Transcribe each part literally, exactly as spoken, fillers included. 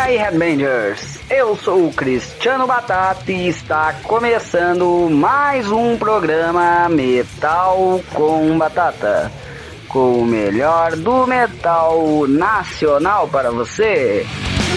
aí, Headbangers, eu sou o Cristiano Batata e está começando mais um programa Metal com Batata, com o melhor do metal nacional para você.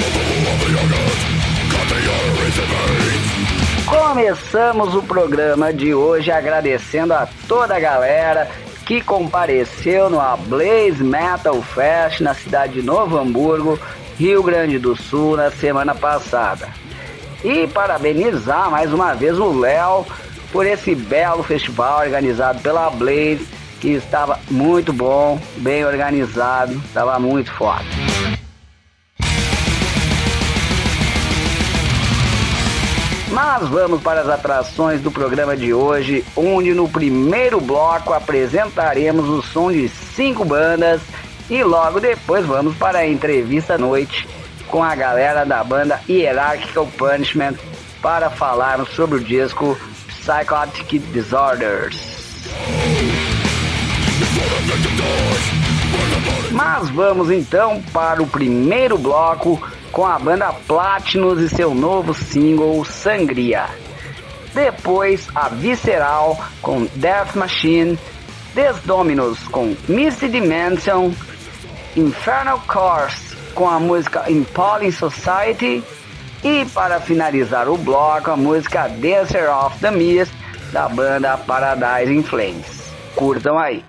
Começamos o programa de hoje agradecendo a toda a galera que compareceu no A Blaze Metal Fest na cidade de Novo Hamburgo, Rio Grande do Sul, na semana passada. E parabenizar mais uma vez o Léo por esse belo festival organizado pela Blaze, que estava muito bom, bem organizado, estava muito foda. Mas vamos para as atrações do programa de hoje, onde no primeiro bloco apresentaremos o som de cinco bandas e logo depois vamos para a entrevista à noite com a galera da banda Hierarchical Punishment para falarmos sobre o disco Psychotic Disorders. Mas vamos então para o primeiro bloco com a banda Platinus e seu novo single Sangria. Depois a Visceral com Death Machine, Desdominus com Misty Dimension, Infernal Course com a música Impalling Society e para finalizar o bloco a música Dancer of the Mist da banda Paradise in Flames. Curtam aí.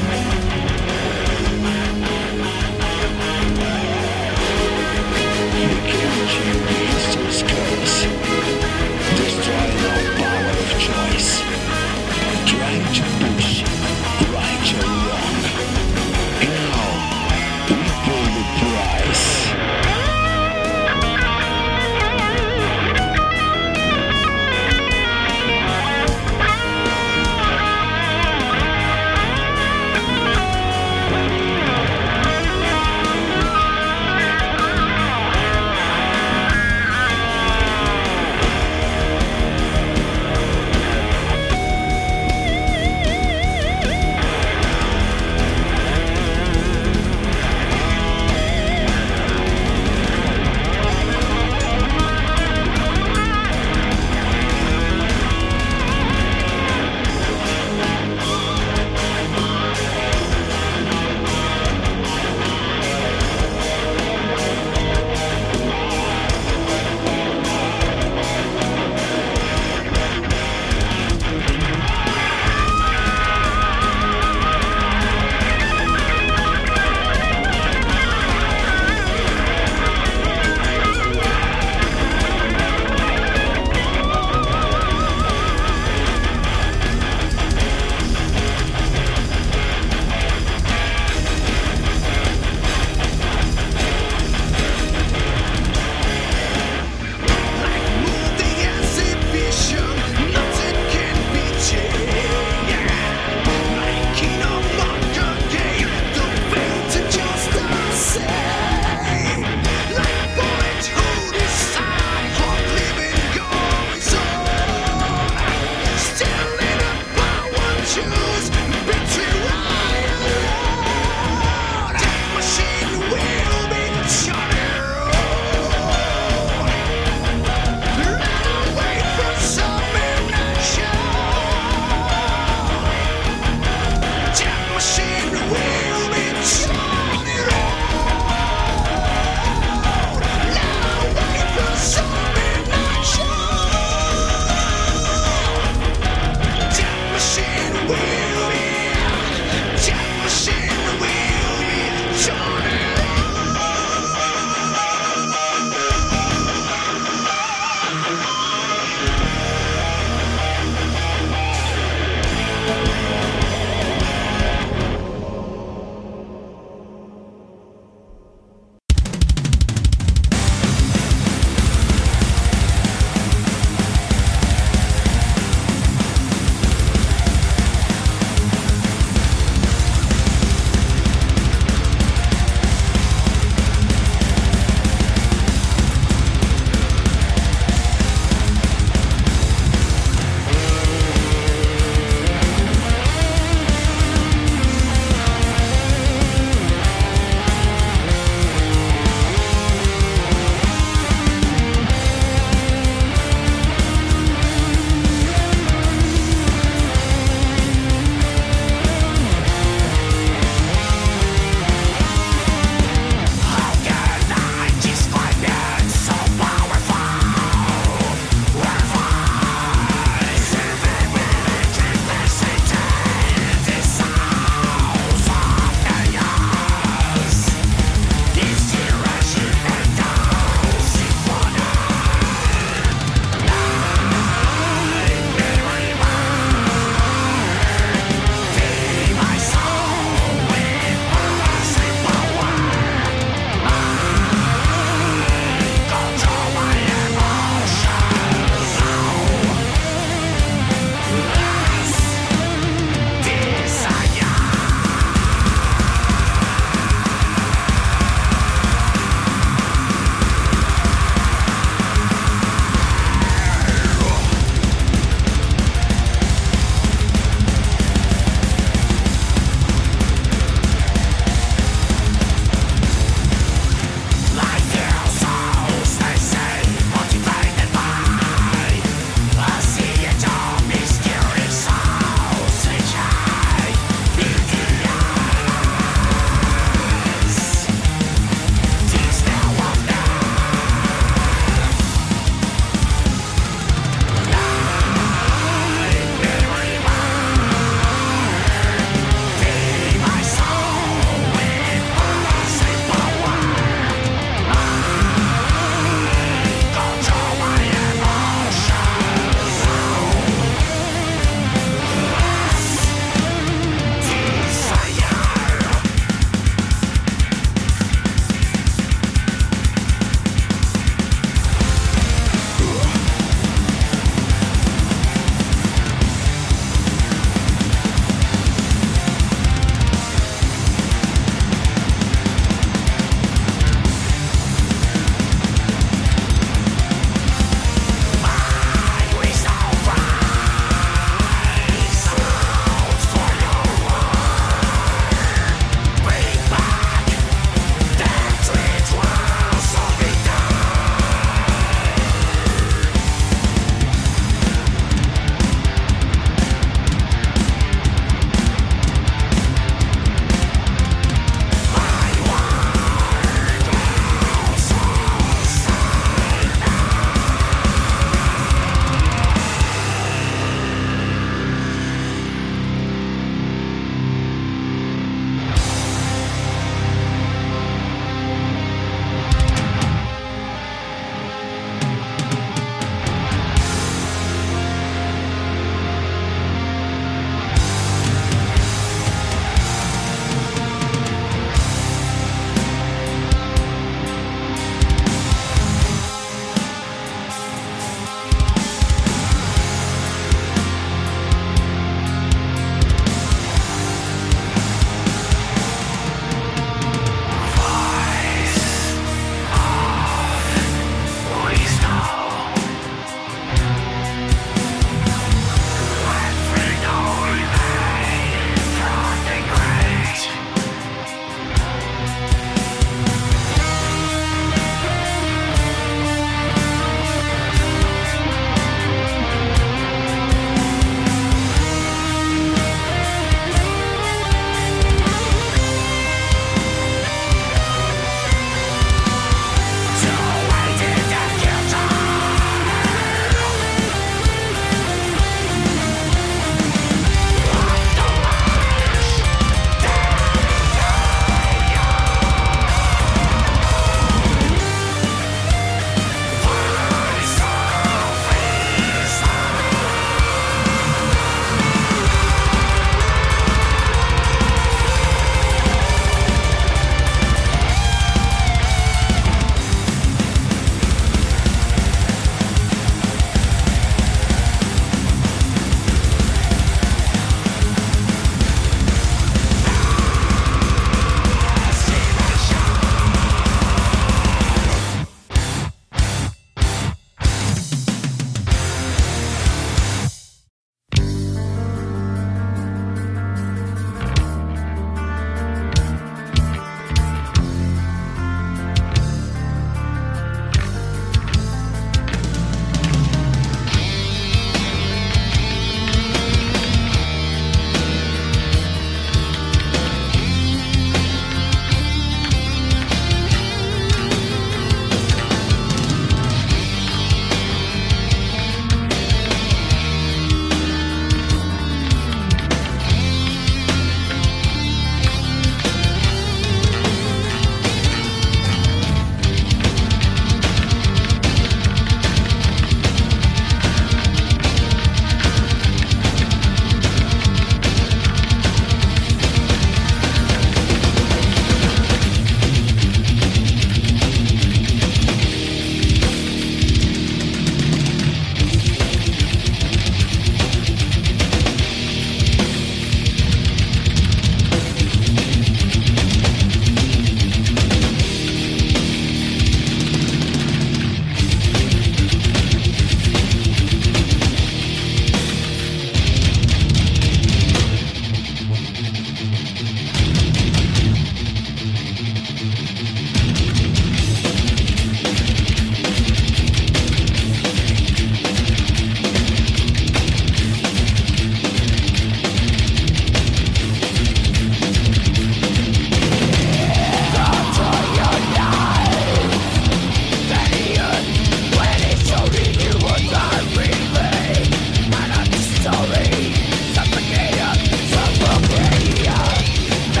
Sorry, suffocated, suffocated.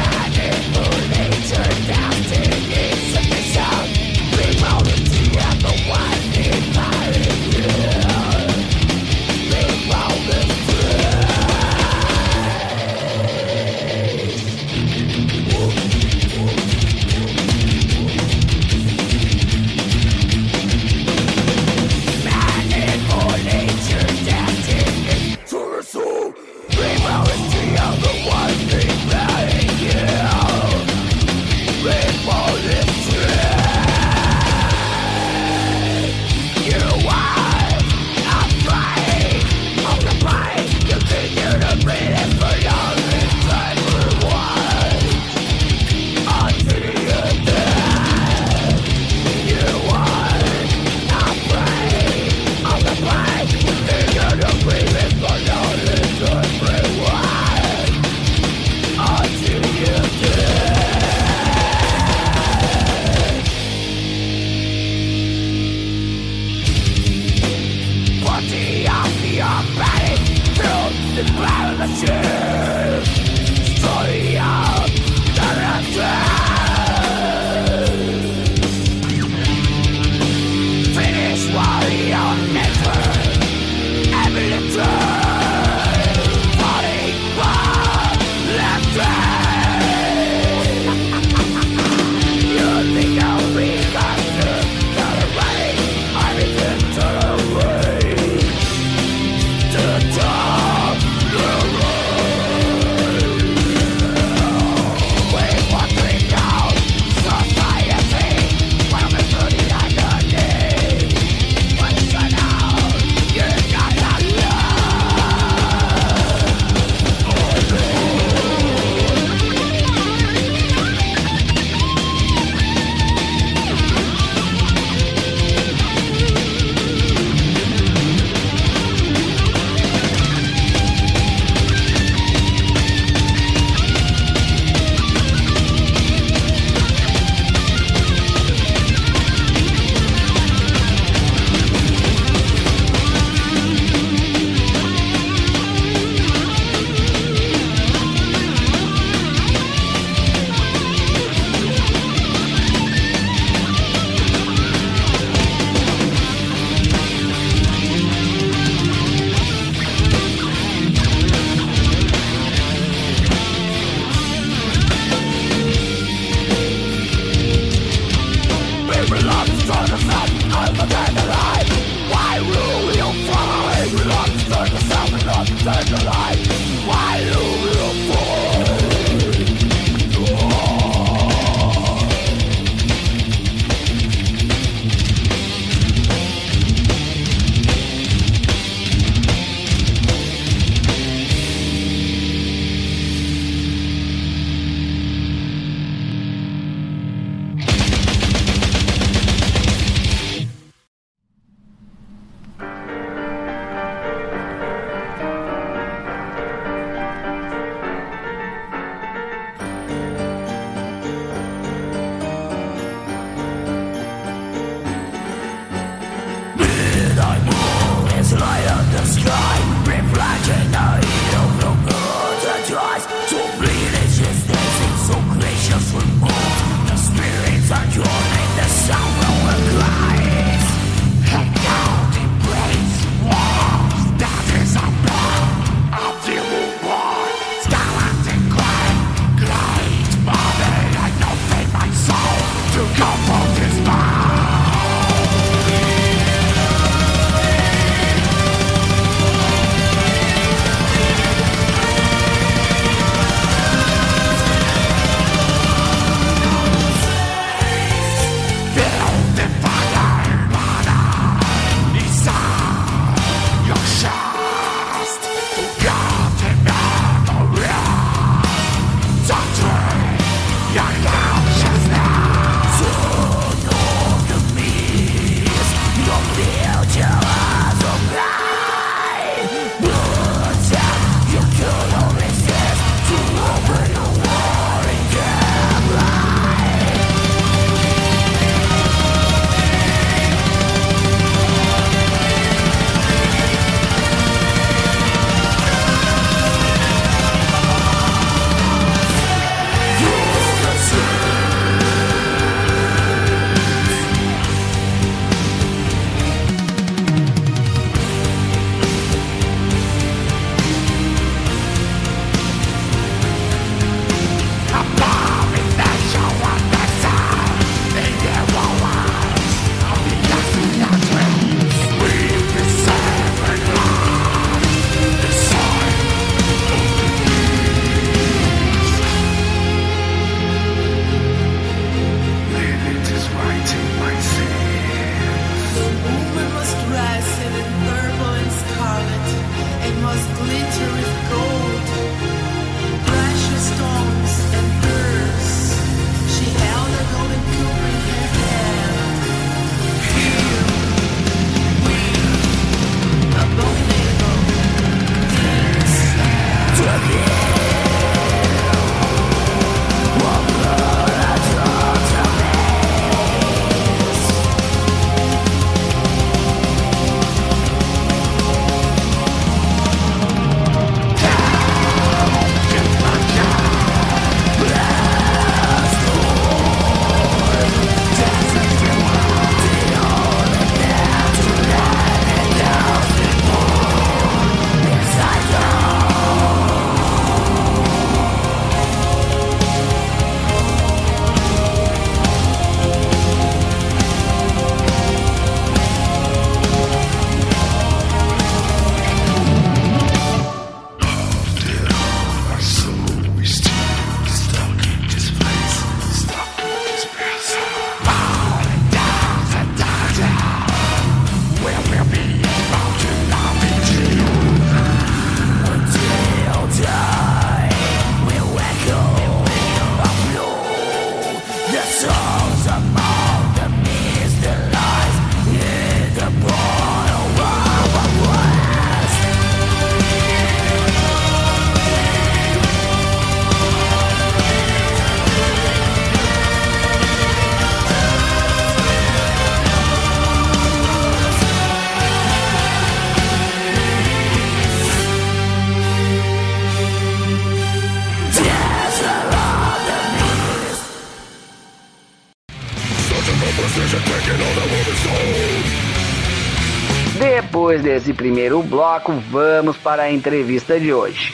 depois desse primeiro bloco, vamos para a entrevista de hoje.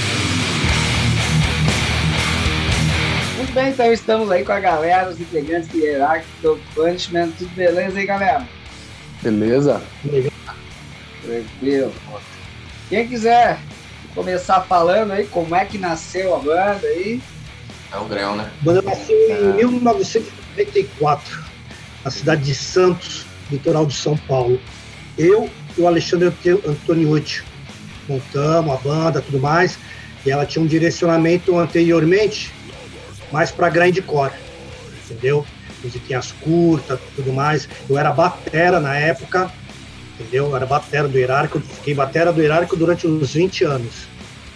Muito bem, então estamos aí com a galera, os integrantes do Hierarchical Punishment. Tudo beleza aí, galera? Beleza? Tranquilo. Quem quiser começar falando aí como é que nasceu a banda aí? É o Grão, né? A banda nasceu em mil novecentos e noventa e quatro, na cidade de Santos, litoral de São Paulo. Eu e o Alexandre Antoniotti montamos a banda e tudo mais, e ela tinha um direcionamento anteriormente mais para grindcore, entendeu? Musiquinhas curtas, tudo mais. Eu era batera na época, entendeu? Eu era batera do Hierárquico, fiquei batera do Hierárquico durante uns vinte anos.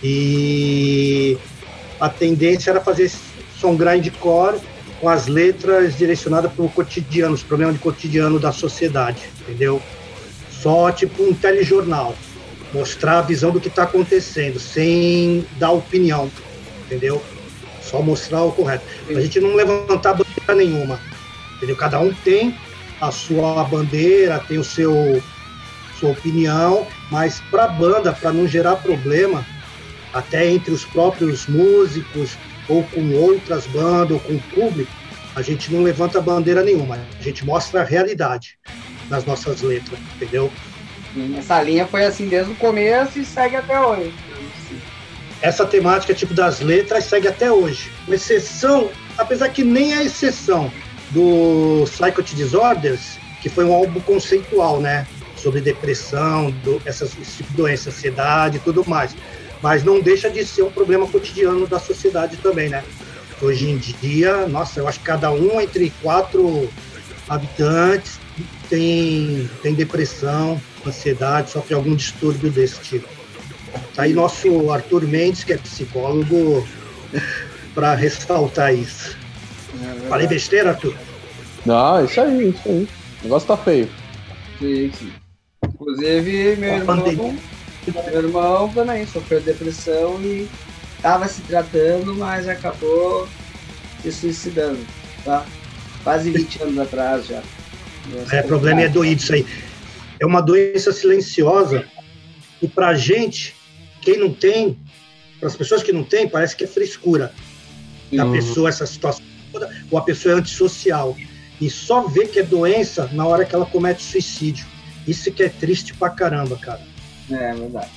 E a tendência era fazer som grindcore com as letras direcionadas para o cotidiano, os problemas de cotidiano da sociedade, entendeu? Só tipo um telejornal, mostrar a visão do que está acontecendo, sem dar opinião, entendeu? Só mostrar o correto. A gente não levantar bandeira nenhuma, entendeu? Cada um tem a sua bandeira, tem o seu sua opinião, mas para a banda, para não gerar problema, até entre os próprios músicos, ou com outras bandas, ou com o público, a gente não levanta bandeira nenhuma. A gente mostra a realidade nas nossas letras, entendeu? Essa linha foi assim desde o começo e segue até hoje. Essa temática tipo das letras segue até hoje. Uma exceção, apesar que nem é exceção, do Psychotic Disorders, que foi um álbum conceitual, né? Sobre depressão, do, essas, esse tipo de doença, ansiedade e tudo mais. Mas não deixa de ser um problema cotidiano da sociedade também, né? Hoje em dia, nossa, eu acho que cada um entre quatro habitantes tem, tem depressão, ansiedade, sofre algum distúrbio desse tipo. Tá aí nosso Arthur Mendes, que é psicólogo, para ressaltar isso. É Falei besteira, Arthur? Não, isso aí, isso aí. O negócio tá feio. Sim, sim. Inclusive, meu irmão... Meu irmão também sofreu depressão e estava se tratando, mas acabou se suicidando, tá? Quase vinte anos atrás já. É, problema é doído isso aí. É uma doença silenciosa e pra gente, quem não tem, para as pessoas que não têm, parece que é frescura. Uhum. A pessoa, essa situação toda, ou a pessoa é antissocial. E só vê que é doença na hora que ela comete suicídio. Isso que é triste pra caramba, cara. É verdade.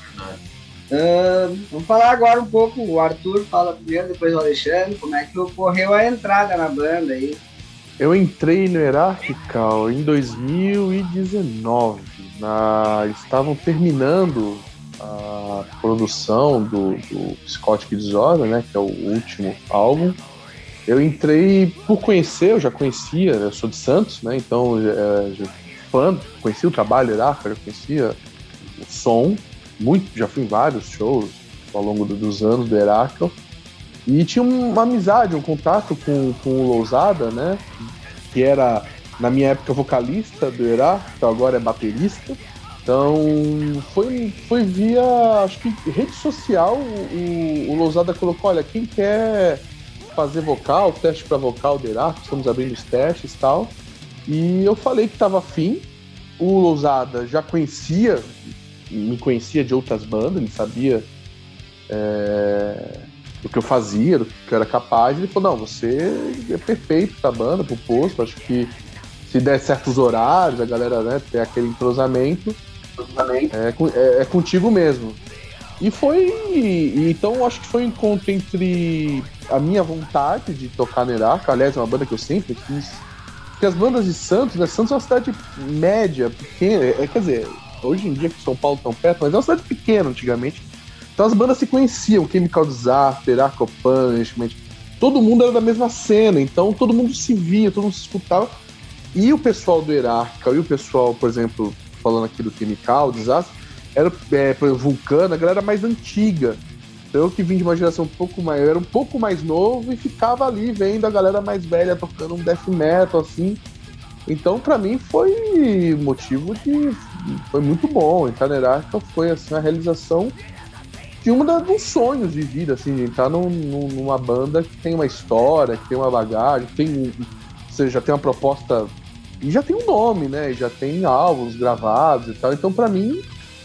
Uh, vamos falar agora um pouco. O Arthur fala primeiro, depois o Alexandre. Como é que ocorreu a entrada na banda aí? Eu entrei no Hierarchical em dois mil e dezenove. Na... Estavam terminando a produção do, do Psychotic Disorder, né? Que é o último álbum. Eu entrei por conhecer, eu já conhecia, eu sou de Santos, né? Então, já, já fã, conhecia o trabalho Hierarchical, já conhecia o som, muito, já fui em vários shows ao longo do, dos anos do Hierarchical, e tinha uma amizade, um contato com, com o Lousada, né, que era, na minha época, vocalista do Hierarchical, agora é baterista. Então foi, foi via, acho que rede social, o, o Lousada colocou, olha, quem quer fazer vocal, teste para vocal do Hierarchical, estamos abrindo os testes e tal, e eu falei que estava afim. O Lousada já conhecia, me conhecia de outras bandas, ele sabia é, do que eu fazia, do que eu era capaz. Ele falou, não, você é perfeito pra banda, pro posto, acho que se der certos horários, a galera, né, ter aquele entrosamento, é, é, é contigo mesmo. E foi, e, então acho que foi um encontro entre a minha vontade de tocar no Hierarchical, aliás, é uma banda que eu sempre quis, porque as bandas de Santos, né, Santos é uma cidade média, pequena, é, quer dizer, hoje em dia que São Paulo tão perto, mas é uma cidade pequena antigamente. Então as bandas se conheciam, Chemical Disaster, Hierarchical Punishment, todo mundo era da mesma cena, então todo mundo se via, todo mundo se escutava. E o pessoal do Hierarchical e o pessoal, por exemplo, falando aqui do Chemical Disaster, era, é, por exemplo, Vulcano, a galera mais antiga. Então eu que vim de uma geração um pouco mais, eu era um pouco mais novo e ficava ali vendo a galera mais velha tocando um death metal, assim. Então, pra mim, foi motivo de... Foi muito bom. Entrar no Hierarchical foi, assim, a realização de um dos sonhos de vida, assim, de entrar num, numa banda que tem uma história, que tem uma bagagem, que tem, ou seja, tem uma proposta e já tem um nome, né? Já tem álbuns gravados e tal. Então, pra mim,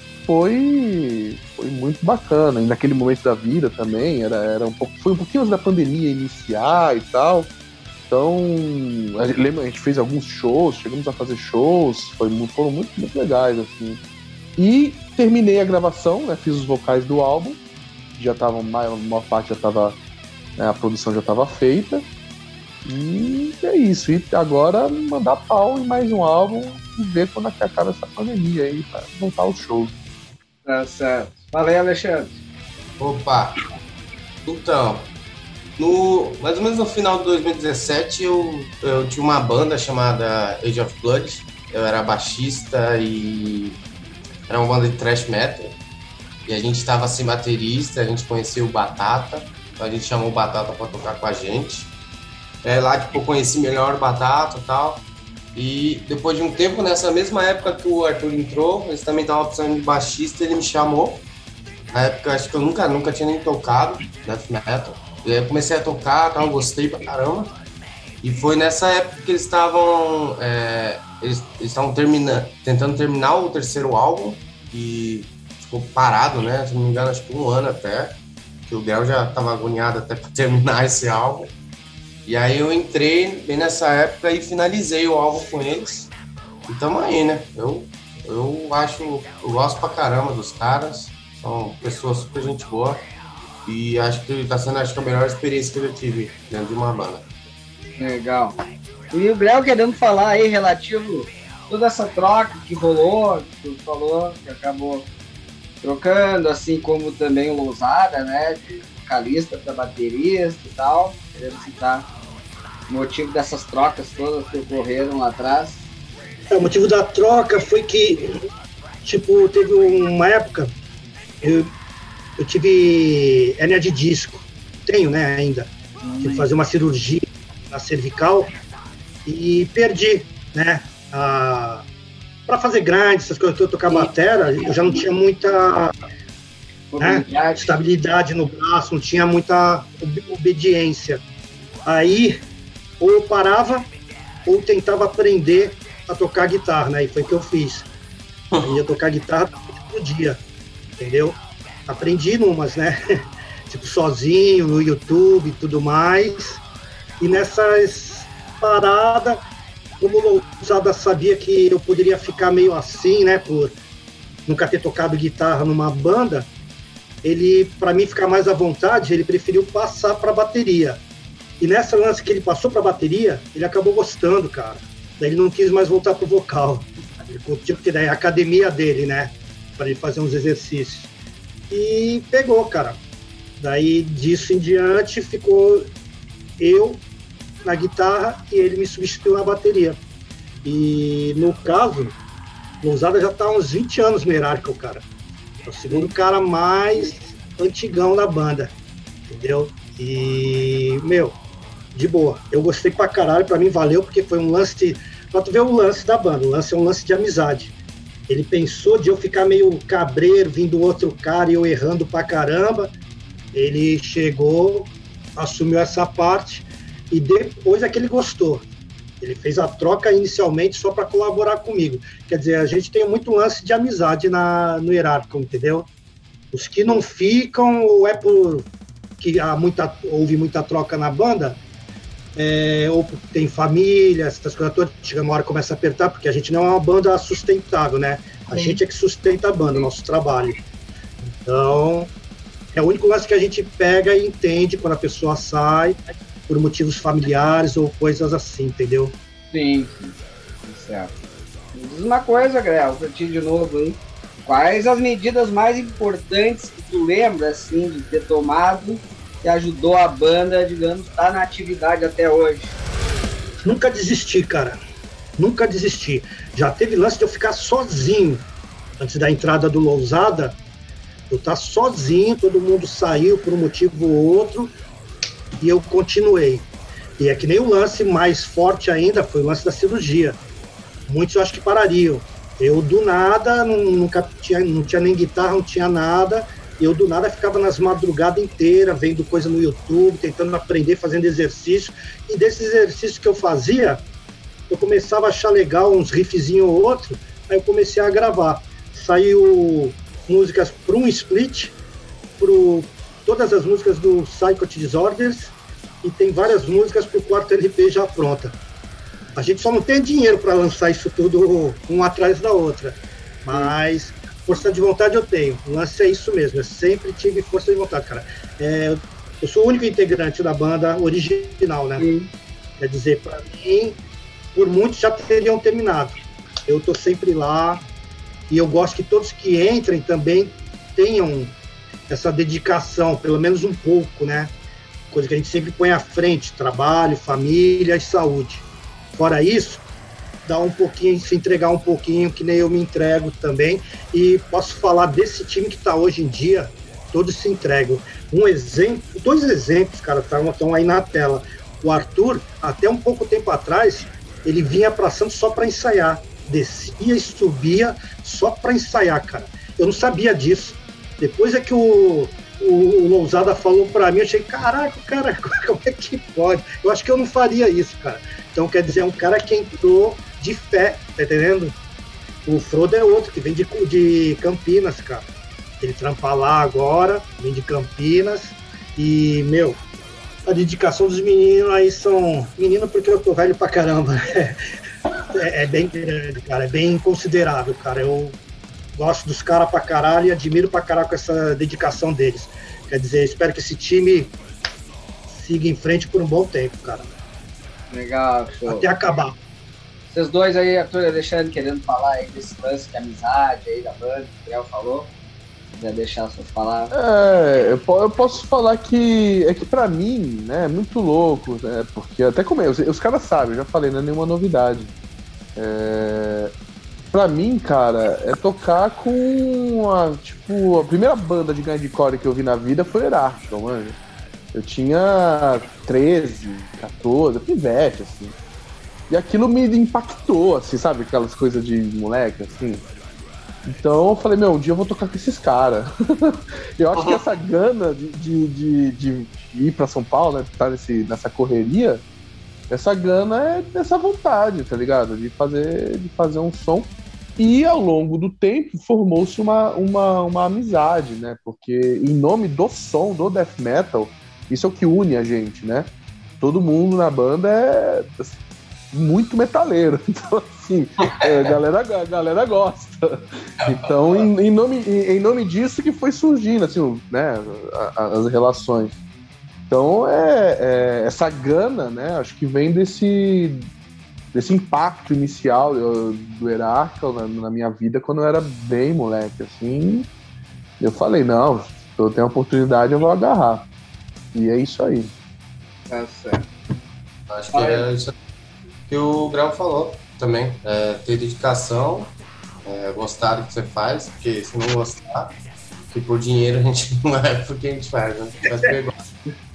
foi, foi muito bacana. E naquele momento da vida também, era, era um pouco, foi um pouquinho antes da pandemia iniciar e tal. Então, a gente, lembra, a gente fez alguns shows, chegamos a fazer shows, foi, foram muito, muito legais, assim. E terminei a gravação, né? Fiz os vocais do álbum, já estavam, a maior parte já estava, né, a produção já estava feita. E é isso. E agora mandar pau em mais um álbum e ver quando é que acaba essa pandemia aí, para voltar aos shows. Tá certo. Fala aí, Alexandre. Opa! Então, no, mais ou menos no final de dois mil e dezessete, eu, eu tinha uma banda chamada Age of Blood. Eu era baixista e era uma banda de thrash metal. E a gente estava sem baterista, a gente conhecia o Batata, então a gente chamou o Batata para tocar com a gente. É, lá tipo, eu conheci melhor o Batata e tal. E depois de um tempo, nessa mesma época que o Arthur entrou, eles também estavam precisando de baixista, ele me chamou. Na época, acho que eu nunca, nunca tinha nem tocado death metal. E aí eu comecei a tocar, tal, gostei pra caramba. E foi nessa época que eles estavam é, eles estavam terminando, tentando terminar o terceiro álbum, e ficou parado, né? Se não me engano, acho que um ano até, que o Grau já estava agoniado até para terminar esse álbum. E aí eu entrei bem nessa época e finalizei o álbum com eles. E tamo aí, né? Eu, eu acho, eu gosto pra caramba dos caras, são pessoas super gente boa. E acho que tá sendo acho que a melhor experiência que eu tive dentro de uma banda. Legal. E o Grau querendo falar aí relativo a toda essa troca que rolou, que tu falou, que acabou trocando, assim como também o Lousada, né? De vocalista para baterista e tal. Querendo citar o motivo dessas trocas todas que ocorreram lá atrás. É, o motivo da troca foi que, tipo, teve uma época, eu, eu tive hérnia de disco, tenho, né, ainda, hum. tive que fazer uma cirurgia na cervical e perdi, né, a, pra fazer grind, essas coisas, eu tocar batera, eu já não tinha muita... Né? Estabilidade no braço, não tinha muita obediência. Aí, ou eu parava, ou tentava aprender a tocar guitarra, né? E foi o que eu fiz. Eu ia tocar guitarra todo dia, entendeu? Aprendi numas, né? Tipo, sozinho, no YouTube e tudo mais. E nessas paradas, como o Lousada sabia que eu poderia ficar meio assim, né? Por nunca ter tocado guitarra numa banda, ele, para mim ficar mais à vontade, ele preferiu passar para bateria. E nessa lance que ele passou para bateria, ele acabou gostando, cara. Daí ele não quis mais voltar pro vocal. Ele curtiu, porque daí é a academia dele, né? Para ele fazer uns exercícios. E pegou, cara. Daí disso em diante ficou eu na guitarra e ele me substituiu na bateria. E no caso, o Lousada já tá há uns vinte anos no Hierarchical, cara. É o segundo cara mais antigão da banda, entendeu? E, meu, de boa. Eu gostei pra caralho, pra mim valeu, porque foi um lance de... Pra tu ver o lance da banda, o lance é um lance de amizade. Ele pensou de eu ficar meio cabreiro, vindo outro cara e eu errando pra caramba. Ele chegou, assumiu essa parte e depois é que ele gostou. Ele fez a troca inicialmente só para colaborar comigo. Quer dizer, a gente tem muito lance de amizade na, no Hierarchical, entendeu? Os que não ficam, ou é por que há muita, houve muita troca na banda, é, ou tem família, essas coisas todas, chega uma hora que começa a apertar, porque a gente não é uma banda sustentável, né? A Sim. gente é que sustenta a banda, o nosso trabalho. Então, é o único lance que a gente pega e entende quando a pessoa sai, por motivos familiares ou coisas assim, entendeu? Sim, sim. Certo. Me diz uma coisa, Grel, pra ti de novo aí. Quais as medidas mais importantes que tu lembra, assim, de ter tomado que ajudou a banda, digamos, estar na atividade até hoje? Nunca desisti, cara. Nunca desisti. Já teve lance de eu ficar sozinho. Antes da entrada do Lousada, eu estar sozinho, todo mundo saiu por um motivo ou outro, e eu continuei. E é que nem o lance mais forte ainda foi o lance da cirurgia. Muitos eu acho que parariam. Eu do nada, nunca tinha, não tinha nem guitarra, não tinha nada. Eu do nada ficava nas madrugadas inteiras, vendo coisa no YouTube, tentando aprender, fazendo exercício. E desses exercícios que eu fazia, eu começava a achar legal uns riffzinhos ou outro, aí eu comecei a gravar. Saiu músicas para um split, pro, todas as músicas do Psychotic Disorders, e tem várias músicas para o quarto L P já pronta. A gente só não tem dinheiro para lançar isso tudo um atrás da outra, mas força de vontade eu tenho. O lance é isso mesmo, eu sempre tive força de vontade, cara. É, eu sou o único integrante da banda original, né? Sim. Quer dizer, para mim, por muitos já teriam terminado. Eu tô sempre lá e eu gosto que todos que entrem também tenham essa dedicação, pelo menos um pouco, né? Coisa que a gente sempre põe à frente, trabalho, família e saúde. Fora isso, dá um pouquinho, se entregar um pouquinho, que nem eu me entrego também. E posso falar desse time que está hoje em dia, todos se entregam. Um exemplo, dois exemplos, cara, estão aí na tela. O Arthur, até um pouco tempo atrás, ele vinha para Santos só para ensaiar. Descia e subia só para ensaiar, cara. Eu não sabia disso. Depois é que o, o, o Lousada falou para mim, eu achei, caraca, cara, como é que pode? Eu acho que eu não faria isso, cara. Então, quer dizer, é um cara que entrou de fé, tá entendendo? O Frodo é outro, que vem de, de Campinas, cara. Ele trampa lá agora, vem de Campinas. E, meu, a dedicação dos meninos aí são... Menino porque eu tô velho pra caramba. É, é bem grande, cara. É bem considerável, cara. Eu gosto dos caras pra caralho e admiro pra caralho com essa dedicação deles. Quer dizer, espero que esse time siga em frente por um bom tempo, cara. Legal, show. Até acabar. Vocês dois aí, Arthur e Alexandre, querendo falar aí desse lance de amizade aí da banda, que o Gabriel falou. Se quiser deixar suas palavras. É, eu, eu posso falar que é que pra mim, né, é muito louco, né, porque até como os, os caras sabem, eu já falei, não é nenhuma novidade. É, pra mim, cara, é tocar com a, tipo, a primeira banda de grindcore que eu vi na vida foi Hierarchical, mano. Eu tinha treze, quatorze, pivete, assim. E aquilo me impactou, assim, sabe? Aquelas coisas de moleque, assim. Então eu falei, meu, um dia eu vou tocar com esses caras. Eu acho que essa gana de, de, de, de ir pra São Paulo, né? Estar nesse, nessa correria, essa gana é dessa vontade, tá ligado? De fazer, de fazer um som. E ao longo do tempo formou-se uma, uma, uma amizade, né? Porque em nome do som, do death metal, isso é o que une a gente, né? Todo mundo na banda é muito metaleiro. Então, assim, é, a, galera, a galera gosta. Então, em, em, nome, em, em nome disso que foi surgindo, assim, né? A, a, as relações. Então, é, é, essa gana, né? Acho que vem desse, desse impacto inicial do, do Hierarchical na, na minha vida quando eu era bem moleque, assim. Eu falei, não, se eu tenho a oportunidade, eu vou agarrar. E é isso aí. Tá certo. Acho que é isso que o Grau falou também. É, ter dedicação, é, gostar do que você faz, porque se não gostar, que por dinheiro a gente não é porque a gente faz, né? Faz porque gosta.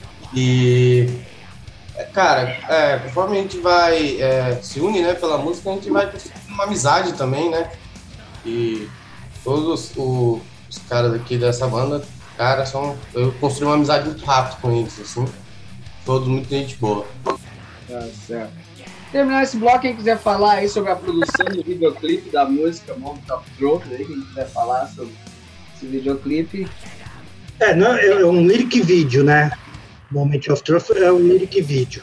E, cara, é, conforme a gente vai é, se une, né, pela música, a gente vai construindo uma amizade também, né? E todos os, os caras aqui dessa banda, cara, são, eu construí uma amizade muito rápido com eles, assim. Todos muito gente boa. Tá certo. Terminar esse bloco, quem quiser falar aí sobre a produção do videoclipe da música Moment of Truth, aí, quem quiser falar sobre esse videoclipe. É, não, é um lyric video, né? Moment of Truth é um lyric video.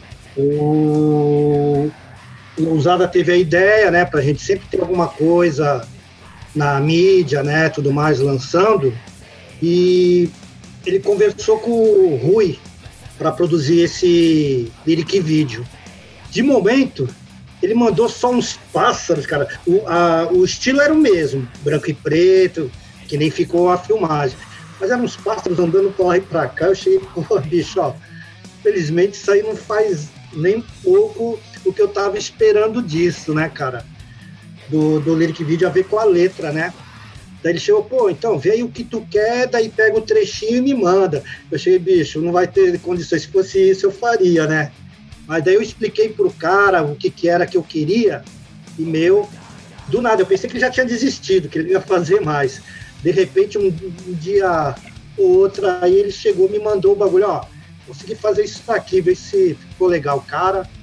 O Lousada teve a ideia, né, pra gente sempre ter alguma coisa na mídia, né, tudo mais, lançando. E ele conversou com o Rui para produzir esse lyric video. De momento, ele mandou só uns pássaros, cara. O, a, o estilo era o mesmo, branco e preto, que nem ficou a filmagem. Mas eram uns pássaros andando pra lá e pra cá. Eu cheguei, pô, bicho, ó. Felizmente isso aí não faz nem pouco o que eu tava esperando disso, né, cara? Do, do lyric video a ver com a letra, né? Daí ele chegou, pô, então vê aí o que tu quer, daí pega o trechinho e me manda. Eu cheguei, bicho, não vai ter condições. Se fosse isso, eu faria, né? Mas daí eu expliquei pro cara o que, que era que eu queria, e meu, do nada, eu pensei que ele já tinha desistido, que ele ia fazer mais. De repente, um, um dia ou outro, aí ele chegou, me mandou o bagulho, ó, consegui fazer isso aqui, ver se ficou legal. Cara,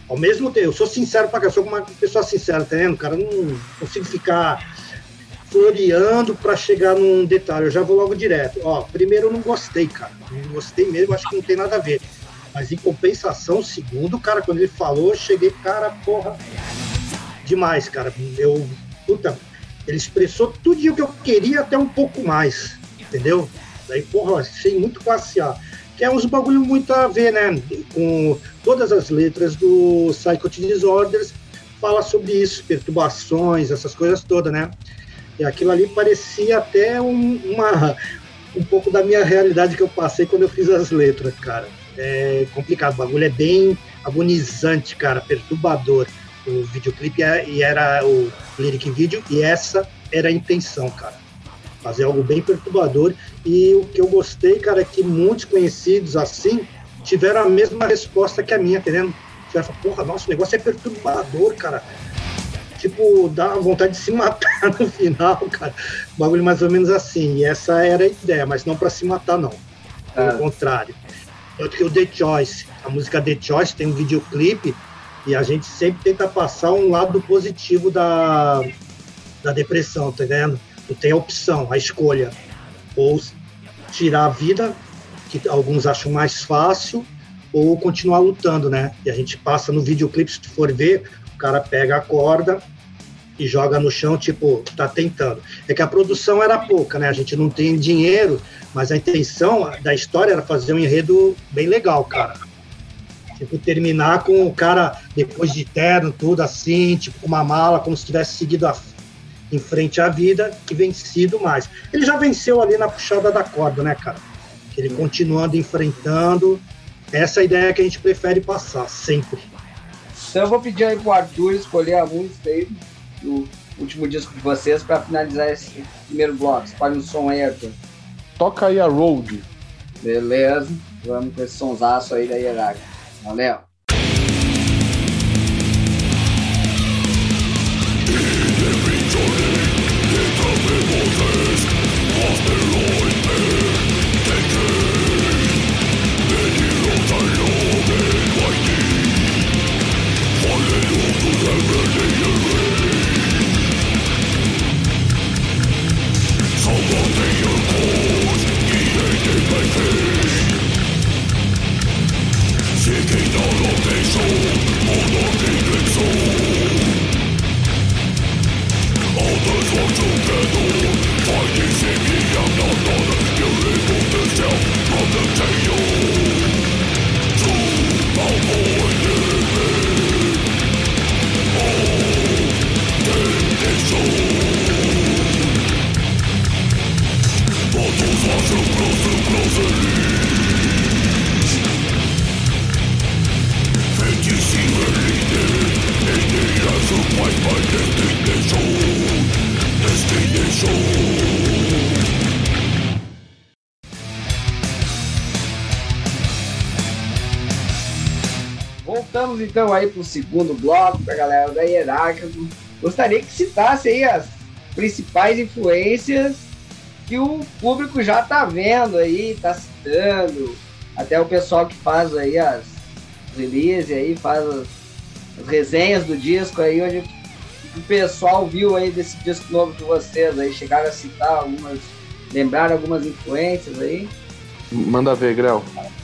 Ao mesmo tempo, eu sou sincero pra cá, eu sou uma pessoa sincera, tá vendo, cara? Eu não consigo ficar floreando pra chegar num detalhe, eu já vou logo direto. Ó, primeiro eu não gostei, cara. Não gostei mesmo, acho que não tem nada a ver. Mas em compensação, segundo, cara, quando ele falou, eu cheguei, cara, porra, demais, cara. Eu, puta, ele expressou tudo o que eu queria, até um pouco mais, entendeu? Daí, porra, achei muito classe A. Que é uns bagulho muito a ver, né? Com todas as letras do Psychotic Disorders, fala sobre isso, perturbações, essas coisas todas, né? E aquilo ali parecia até um, uma, um pouco da minha realidade que eu passei quando eu fiz as letras, cara. É complicado, o bagulho é bem agonizante, cara, perturbador. O videoclipe é, e era o lyric video, e essa era a intenção, cara. Fazer algo bem perturbador. E o que eu gostei, cara, é que muitos conhecidos assim tiveram a mesma resposta que a minha, entendendo? Tiveram falado, porra, nossa, o negócio é perturbador, cara. Tipo, dá vontade de se matar no final, cara. O bagulho mais ou menos assim. E essa era a ideia, mas não pra se matar, não. Pelo ah. contrário. Tanto que o The Choice, a música The Choice tem um videoclipe e a gente sempre tenta passar um lado positivo da, da depressão, tá vendo? Tu tem a opção, a escolha, ou tirar a vida, que alguns acham mais fácil, ou continuar lutando, né? E a gente passa no videoclipe, se tu for ver, o cara pega a corda e joga no chão, tipo, tá tentando. É que a produção era pouca, né? A gente não tem dinheiro, mas a intenção da história era fazer um enredo bem legal, cara. Tipo, terminar com o cara, depois de terno, tudo assim, tipo, com uma mala, como se tivesse seguido a em frente à vida e vencido mais. Ele já venceu ali na puxada da corda, né, cara? Ele continuando enfrentando. Essa é a ideia que a gente prefere passar, sempre. Então eu vou pedir aí pro Arthur escolher a música aí do último disco de vocês para finalizar esse primeiro bloco. Escolhe um som aí, Arthur. Toca aí a Road. Beleza. Vamos com esse sonsaço aí da Hierarca. Valeu. Voltamos então aí para o segundo bloco, para a galera da Hierárquica. Gostaria que citasse aí as principais influências que o público já está vendo aí, está citando, até o pessoal que faz aí as releases aí, faz as, as resenhas do disco aí, onde o pessoal viu aí desse disco novo de vocês aí, chegaram a citar algumas, lembraram algumas influências aí. Manda ver, Grel.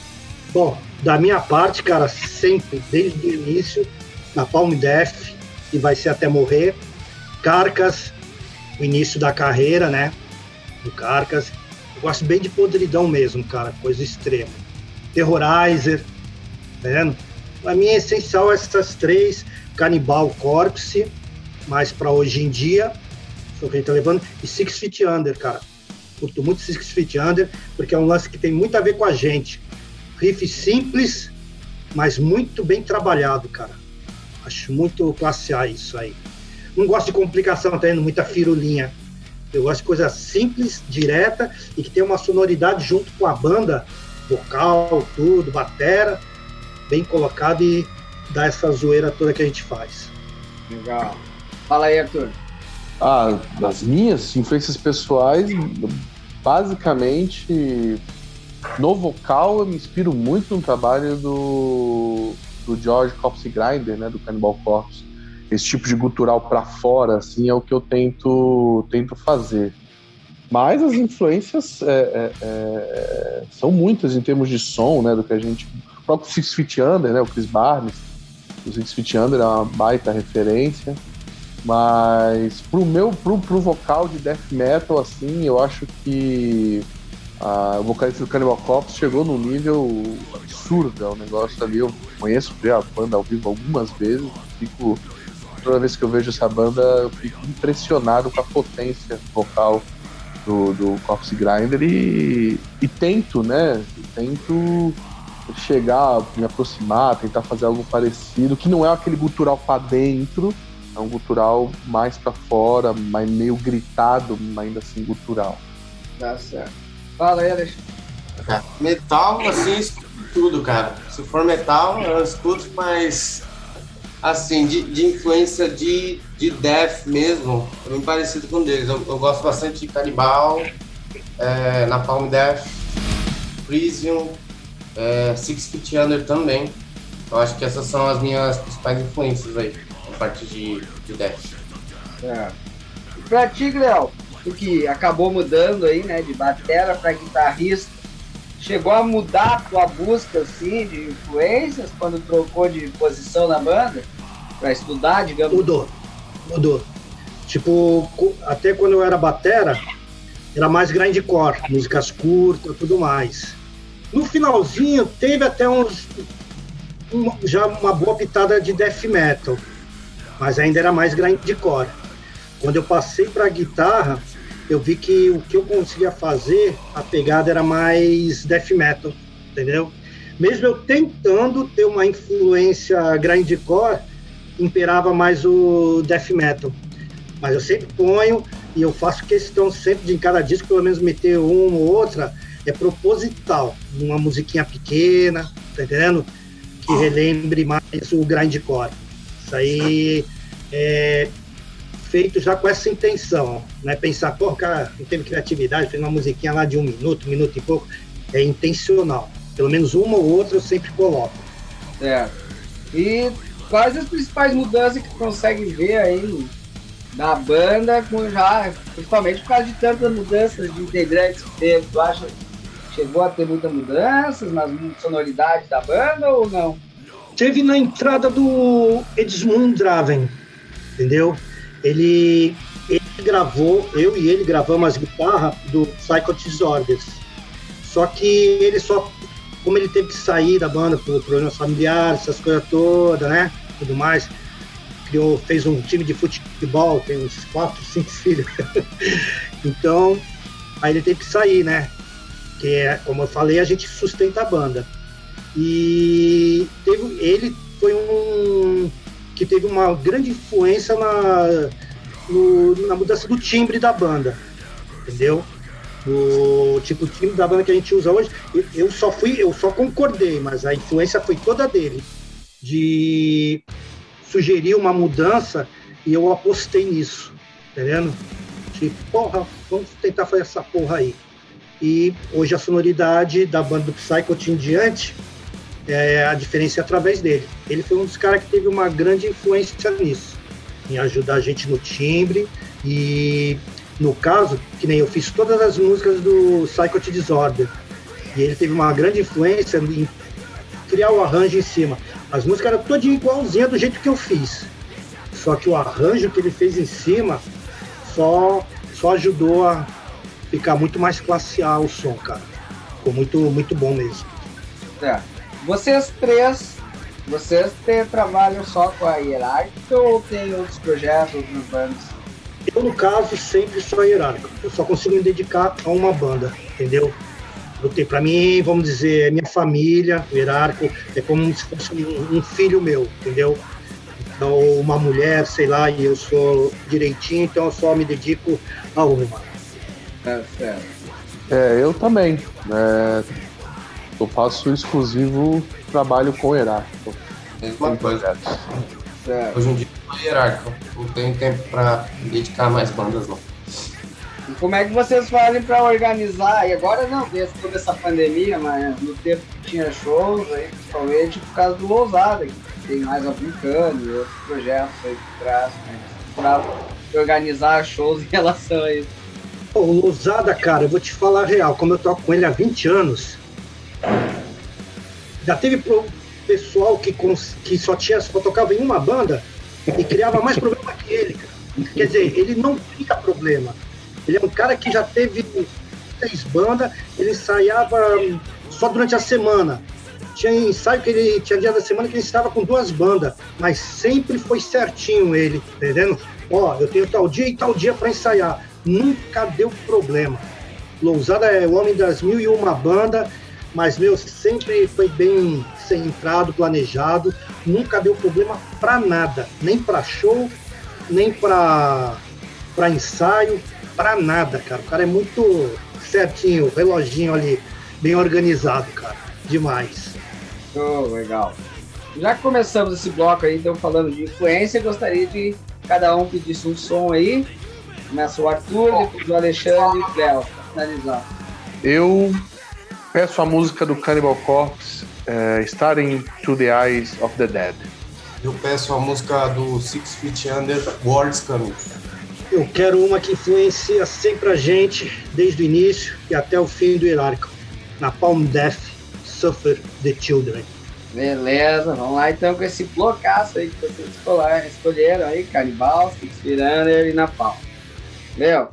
Bom, da minha parte, cara, sempre, desde o início, na Palm Death, e vai ser até morrer, Carcass, o início da carreira, né, do Carcass, eu gosto bem de podridão mesmo, cara, coisa extrema. Terrorizer, tá vendo? Pra mim é essencial essas três, Cannibal Corpse, mas pra hoje em dia, foi o que a gente tá levando, e Six Feet Under, cara. Curto muito Six Feet Under, porque é um lance que tem muito a ver com a gente. Riff simples, mas muito bem trabalhado, cara. Acho muito classe A isso aí. Não gosto de complicação, tá tendo muita firulinha. Eu gosto de coisa simples, direta e que tem uma sonoridade junto com a banda, vocal, tudo, batera, bem colocado e dá essa zoeira toda que a gente faz. Legal. Fala aí, Arthur. Ah, das minhas influências pessoais, basicamente, no vocal eu me inspiro muito no trabalho do do George Corpse Grinder, né, do Cannibal Corpse. Esse tipo de gutural para fora, assim, é o que eu tento, tento fazer. Mas as influências é, é, é, são muitas em termos de som, né, do que a gente... O próprio Six Feet Under, né, o Chris Barnes, o Six Feet Under é uma baita referência. Mas pro meu, pro, pro vocal de death metal, assim, eu acho que a, o vocalista do Cannibal Corpse chegou num nível absurdo, é um negócio ali. Eu conheço a banda ao vivo algumas vezes, fico, toda vez que eu vejo essa banda, eu fico impressionado com a potência vocal do, do Corpse Grinder e, e tento, né, tento chegar, me aproximar, tentar fazer algo parecido, que não é aquele gutural pra dentro. É um gutural mais pra fora, mais meio gritado, mas ainda assim gutural. Tá certo. Fala aí, Alexandre. Metal, assim, eu escuto tudo, cara. Se for metal, eu escuto, mas assim, de, de influência de, de death mesmo, é bem parecido com deles. Eu, eu gosto bastante de Cannibal, é, Napalm Death, Crisium, é, Six Feet Under também. Eu acho que essas são as minhas principais influências aí. Parte de, de death. É. E pra ti, Léo, tu que acabou mudando aí, né, de batera pra guitarrista, chegou a mudar a tua busca, assim, de influências quando trocou de posição na banda? Pra estudar, digamos? Mudou, mudou. Tipo, até quando eu era batera, era mais grindcore, músicas curtas, tudo mais. No finalzinho, teve até uns... Uma, já uma boa pitada de death metal, mas ainda era mais grindcore. Quando eu passei para a guitarra, eu vi que o que eu conseguia fazer, a pegada era mais death metal, entendeu? Mesmo eu tentando ter uma influência grindcore, imperava mais o death metal. Mas eu sempre ponho, e eu faço questão sempre de em cada disco, pelo menos meter uma ou outra, é proposital, uma musiquinha pequena, tá entendendo? Que relembre mais o grindcore. Isso aí é feito já com essa intenção, né? Pensar, pô, o cara não teve criatividade, fez uma musiquinha lá de um minuto, um minuto e pouco. É intencional. Pelo menos uma ou outra eu sempre coloco. Certo. E quais as principais mudanças que tu consegue ver aí da banda, com já, principalmente por causa de tantas mudanças de integrantes que teve? Tu acha que chegou a ter muitas mudanças nas sonoridades da banda ou não? Teve na entrada do Edmund Draven, entendeu? Ele, ele gravou, eu e ele gravamos as guitarras do Psycho Disorders. Só que ele só, como ele teve que sair da banda por problemas familiares, essas coisas todas, né? Tudo mais. Criou, fez um time de futebol, tem uns quatro, cinco filhos. Então, aí ele teve que sair, né? Que, como eu falei, a gente sustenta a banda. E teve, ele foi um que teve uma grande influência na, no, na mudança do timbre da banda, entendeu? O tipo de timbre da banda que a gente usa hoje, eu, eu só fui, eu só concordei, mas a influência foi toda dele, de sugerir uma mudança e eu apostei nisso, entendendo? Tipo, porra, vamos tentar fazer essa porra aí. E hoje a sonoridade da banda do Psycho em diante, é, a diferença é através dele. Ele foi um dos caras que teve uma grande influência nisso, em ajudar a gente no timbre. E no caso, que nem eu fiz todas as músicas do Psycho Disorder, e ele teve uma grande influência em criar o arranjo em cima. As músicas eram todas igualzinhas do jeito que eu fiz, só que o arranjo que ele fez em cima só, só ajudou a ficar muito mais classe A o som, cara. Ficou muito, muito bom mesmo. É. Vocês três, vocês te, trabalham só com a Hierárquica ou tem outros projetos, outras bandas? Eu, no caso, sempre sou hierárquico. Eu só consigo me dedicar a uma banda, entendeu? Eu tenho, pra mim, vamos dizer, é minha família, o hierárquico, é como se fosse um, um filho meu, entendeu? Então, uma mulher, sei lá, e eu sou direitinho, então eu só me dedico a uma. É, certo. É, eu também. É, eu faço exclusivo trabalho com hierárquico. Mesma coisa. Certo. Hoje em dia eu sou hierárquico. Não tenho tempo pra me dedicar a mais bandas, não. E como é que vocês fazem para organizar? E agora não, desde toda essa pandemia, mas no tempo que tinha shows, aí, principalmente por causa do Lousada, que tem mais a Vulcano e outros projetos aí por trás, né? Para organizar shows em relação a isso. Pô, o Lousada, cara, eu vou te falar a real, como eu toco com ele há vinte anos, já teve pro pessoal que, cons... que só, tinha, só tocava em uma banda e criava mais problema que ele, cara. Quer dizer, ele não cria problema. Ele é um cara que já teve seis bandas, ele ensaiava só durante a semana. Tinha ensaio que ele tinha dia da semana que ele estava com duas bandas, mas sempre foi certinho ele, entendendo? Ó, eu tenho tal dia e tal dia para ensaiar. Nunca deu problema. Lousada é o homem das mil e uma bandas, mas meu, sempre foi bem centrado, planejado. Nunca deu problema pra nada, nem pra show, nem pra, pra ensaio, pra nada, cara. O cara é muito certinho, reloginho ali, bem organizado, cara. Demais. Oh, legal. Já que começamos esse bloco aí, então falando de influência, gostaria de cada um pedisse um som aí. Começa o Arthur, depois o Alexandre e o Cléo, pra finalizar. Eu peço a música do Cannibal Corpse, uh, Starting to the Eyes of the Dead. Eu peço a música do Six Feet Under, Words Coming. Eu quero uma que influencia sempre a gente, desde o início e até o fim do Hierarchy. Napalm Death, Suffer the Children. Beleza, vamos lá então com esse blocaço aí que vocês escolheram, escolheram aí, Cannibal, Six Feet Under e Napalm. Meu.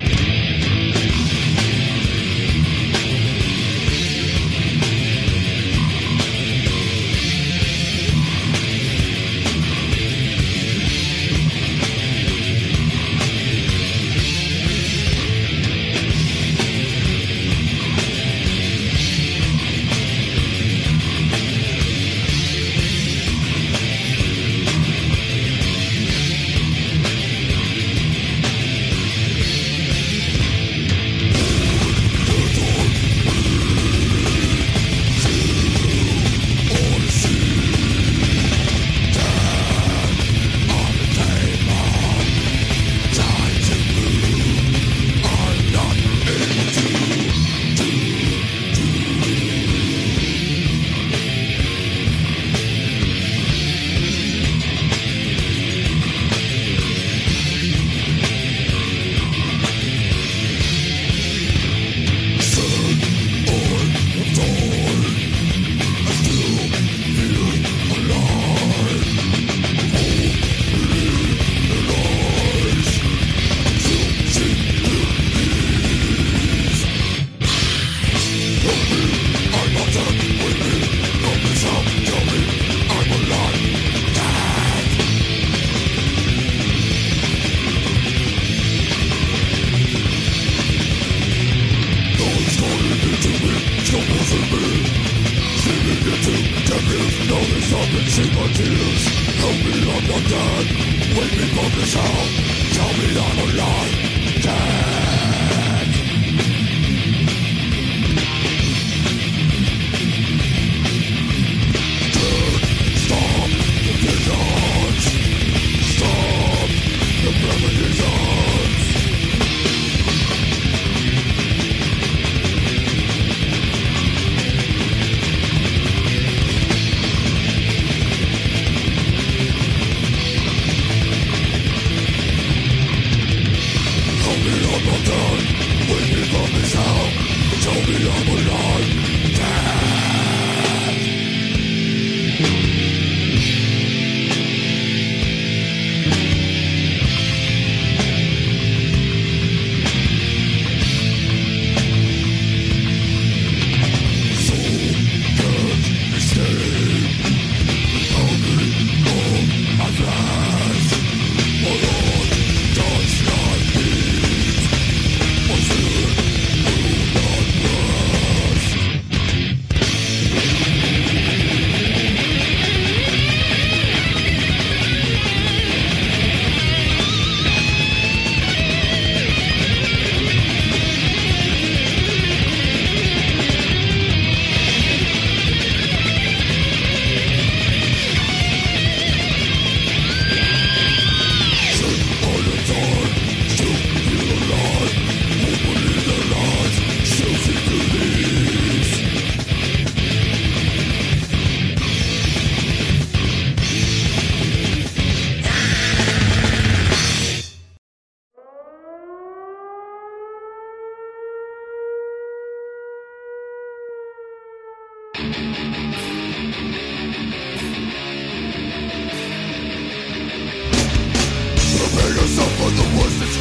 Hold me on.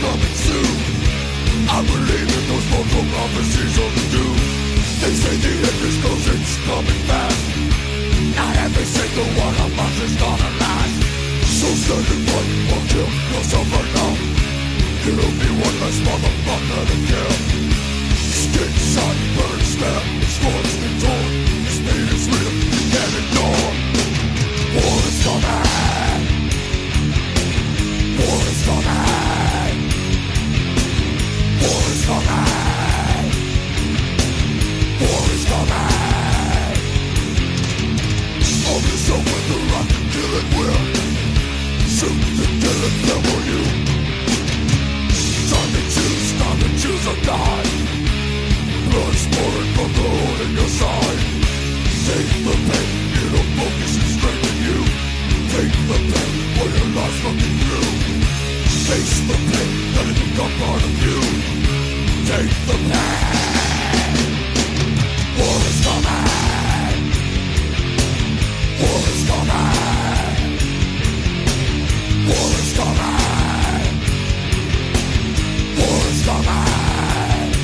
coming soon. I believe in those mortal prophecies of the doom. They say the end is close, it's coming fast. Not every single one of us is gonna last. So stand in front or kill yourself right now. It'll be one less motherfucker to kill. Skin, sunburn, smell, scorched and torn. This pain is real, you can't ignore. War is coming. War is coming. War is coming. War is coming. On this earth with the rock and kill it will. Shoot the kill it there for you. Time to choose, time to choose or die. Blood's pouring from the hole in your side. Take the pain, it'll focus and strengthen you. Take the pain for your life's looking through. Face the pain, let it become part of you. Take the pain. War is coming. War is coming. War is coming. War is coming.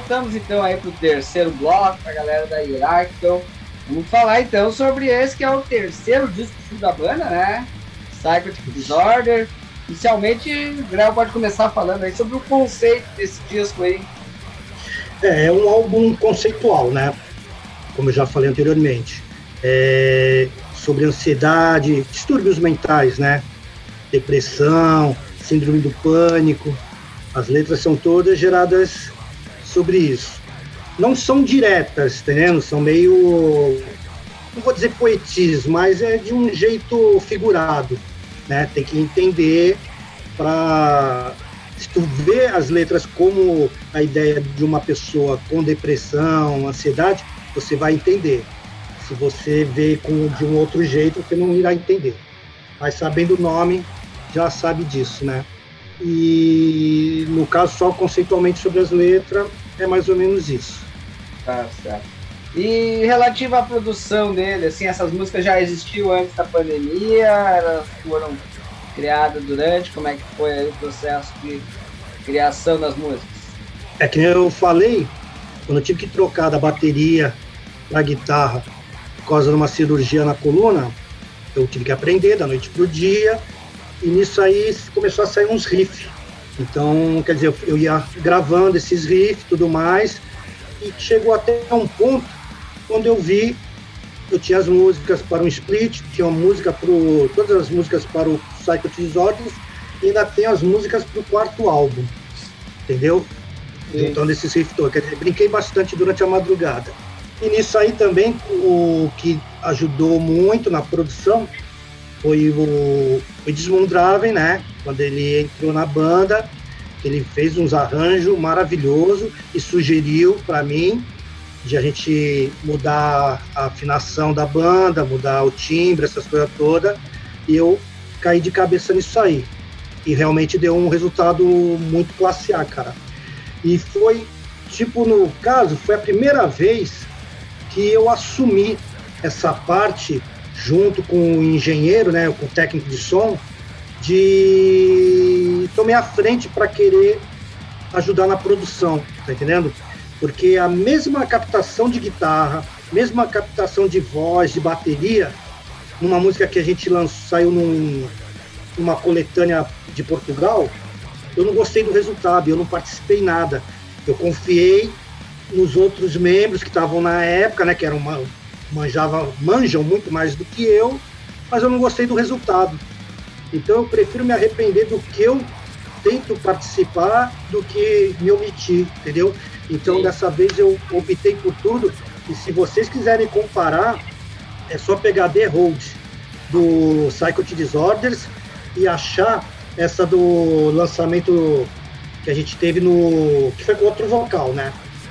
voltamos então aí pro terceiro bloco, pra galera da Hierarchical. Vamos falar então sobre esse que é o terceiro disco da banda, né? Psychotic Disorder. Inicialmente, o Grau pode começar falando aí sobre o conceito desse disco aí. É, é um álbum conceitual, né? Como eu já falei anteriormente. É sobre ansiedade, distúrbios mentais, né? Depressão, síndrome do pânico. As letras são todas geradas sobre isso. Não são diretas, entendendo? São meio, não vou dizer poetismo, mas é de um jeito figurado, né? Tem que entender para... Se tu vê as letras como a ideia de uma pessoa com depressão, ansiedade, você vai entender. Se você vê com, de um outro jeito, você não irá entender. Mas sabendo o nome, já sabe disso, né? E no caso, só conceitualmente sobre as letras, é mais ou menos isso. Tá certo. E relativo à produção dele, assim, essas músicas já existiam antes da pandemia? Elas foram criadas durante? Como é que foi aí o processo de criação das músicas? É que eu falei, quando eu tive que trocar da bateria para guitarra por causa de uma cirurgia na coluna, eu tive que aprender da noite pro dia, e nisso aí começou a sair uns riffs. Então, quer dizer, eu ia gravando esses riffs e tudo mais, e chegou até um ponto quando eu vi, eu tinha as músicas para um split, tinha uma música pro, todas as músicas para o Psychotic Disorder, e ainda tem as músicas para o quarto álbum, entendeu? Sim. Então, desses riffs todos, quer dizer, brinquei bastante durante a madrugada. E nisso aí também, o que ajudou muito na produção foi o, o Desmond Draven, né? Quando ele entrou na banda, ele fez uns arranjos maravilhosos e sugeriu para mim de a gente mudar a afinação da banda, mudar o timbre, essas coisas todas, e eu caí de cabeça nisso aí. E realmente deu um resultado muito classe A, cara. E foi, tipo, no caso, foi a primeira vez que eu assumi essa parte, junto com o engenheiro, né, com o técnico de som, de tomei a frente para querer ajudar na produção, tá entendendo? Porque a mesma captação de guitarra, mesma captação de voz, de bateria, numa música que a gente lançou, saiu num, numa coletânea de Portugal, eu não gostei do resultado, eu não participei nada. Eu confiei nos outros membros que estavam na época, né, que eram uma, manjava, manjam muito mais do que eu, mas eu não gostei do resultado. Então eu prefiro me arrepender do que eu tento participar do que me omitir, entendeu? Então, sim, dessa vez eu optei por tudo, e se vocês quiserem comparar, é só pegar The Road do Psychotic Disorders e achar essa do lançamento que a gente teve no... que foi com outro vocal, né?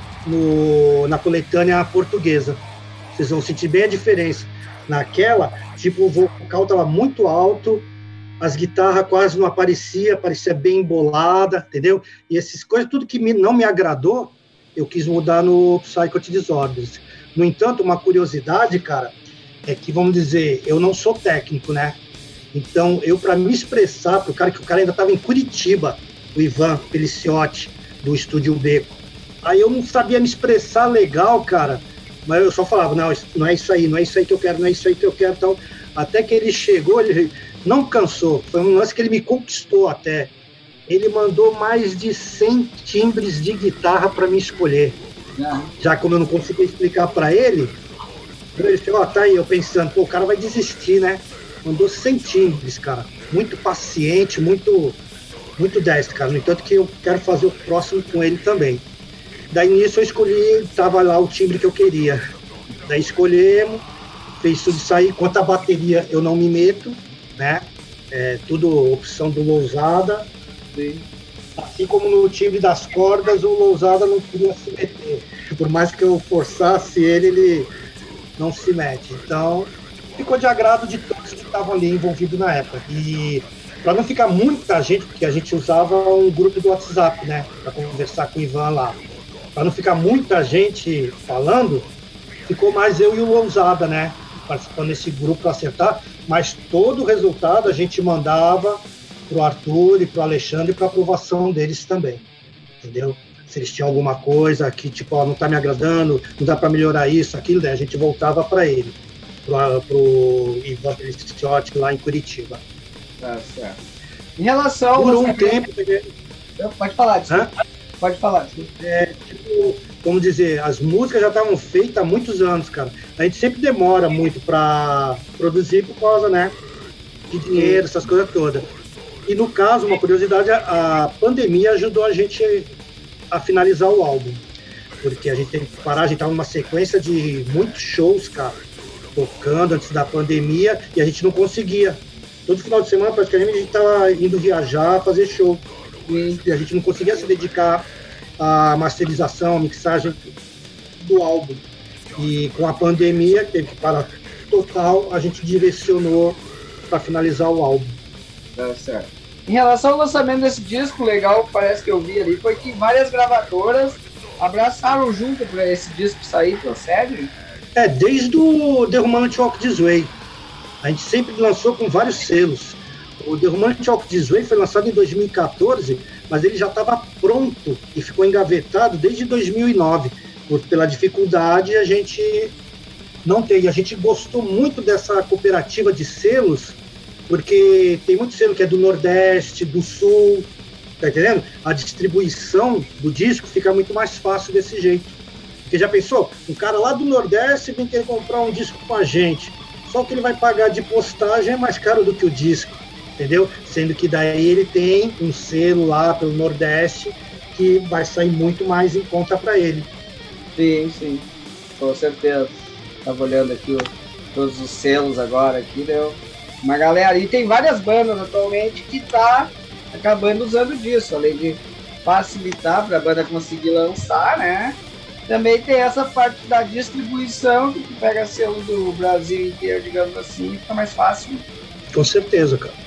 No, na coletânea portuguesa. Vocês vão sentir bem a diferença. Naquela, tipo, o vocal estava muito alto, as guitarras quase não apareciam, parecia bem embolada, entendeu? E essas coisas, tudo que me, não me agradou, eu quis mudar no Psychotic Disorders. No entanto, uma curiosidade, cara, é que, vamos dizer, eu não sou técnico, né? Então, eu, para me expressar pro cara, que o cara ainda estava em Curitiba, o Ivan Feliciotti, do Estúdio Beco, aí eu não sabia me expressar legal, cara, mas eu só falava, não, não é isso aí, não é isso aí que eu quero, não é isso aí que eu quero, então, até que ele chegou, ele não cansou, foi um lance que ele me conquistou até. Ele mandou mais de cem timbres de guitarra para me escolher. Uhum. Já como eu não consegui explicar para ele, ele falou, ó, tá aí, eu pensando, pô, o cara vai desistir, né? Mandou cem timbres, cara. Muito paciente, muito, muito destro, cara. No entanto que eu quero fazer o próximo com ele também. Daí nisso eu escolhi, tava lá o timbre que eu queria. Daí escolhemos, fez tudo isso aí. Quanto à bateria, eu não me meto, né? É tudo opção do Lousada. Sim. Assim como no timbre das cordas, o Lousada não queria se meter. Por mais que eu forçasse ele, ele não se mete. Então, ficou de agrado de todos que estavam ali envolvidos na época. E para não ficar muita gente, porque a gente usava um grupo do WhatsApp, né? Para conversar com o Ivan lá. Para não ficar muita gente falando, ficou mais eu e o Lousada, né? Participando desse grupo para acertar. Mas todo o resultado a gente mandava pro Arthur e pro Alexandre para aprovação deles também, entendeu? se eles tinham alguma coisa que, tipo, ó, não tá me agradando, não dá para melhorar isso, aquilo, daí a gente voltava para ele, pro, pro Ivan Scott lá em Curitiba. Tá certo. Em relação... Por um você... tempo... Pode falar, desculpa. Hã? Pode falar, desculpa. É, tipo, vamos dizer, as músicas já estavam feitas há muitos anos, cara. A gente sempre demora muito para produzir por causa, né, de dinheiro, essas coisas todas. E no caso, uma curiosidade, a pandemia ajudou a gente a finalizar o álbum. Porque a gente teve que parar, a gente estava numa sequência de muitos shows, cara, tocando antes da pandemia, e a gente não conseguia. Todo final de semana, praticamente, a gente estava indo viajar, fazer show. E a gente não conseguia se dedicar à masterização, à mixagem do álbum. E com a pandemia, que teve que parar total, a gente direcionou para finalizar o álbum. Tá certo. Em relação ao lançamento desse disco, legal, parece que eu vi ali, foi que várias gravadoras abraçaram junto para esse disco sair, procede? É, desde o The Humanity Walk This Way. A gente sempre lançou com vários selos. O The Humanity Walk This Way foi lançado em dois mil e quatorze, mas ele já estava pronto e ficou engavetado desde dois mil e nove. Por, pela dificuldade, a gente não tem. A gente gostou muito dessa cooperativa de selos, porque tem muito selo que é do Nordeste, do Sul, tá entendendo? A distribuição do disco fica muito mais fácil desse jeito. Porque já pensou? Um cara lá do Nordeste vem querer comprar um disco com a gente. Só que ele vai pagar de postagem é mais caro do que o disco, entendeu? Sendo que daí ele tem um selo lá pelo Nordeste que vai sair muito mais em conta para ele. Sim, sim, com certeza. Tava olhando aqui o, todos os selos agora, aqui deu uma galera. E tem várias bandas atualmente que tá acabando usando disso, além de facilitar para a banda conseguir lançar, né? Também tem essa parte da distribuição, que tu pega selo do Brasil inteiro, digamos assim, e fica mais fácil. Com certeza, cara.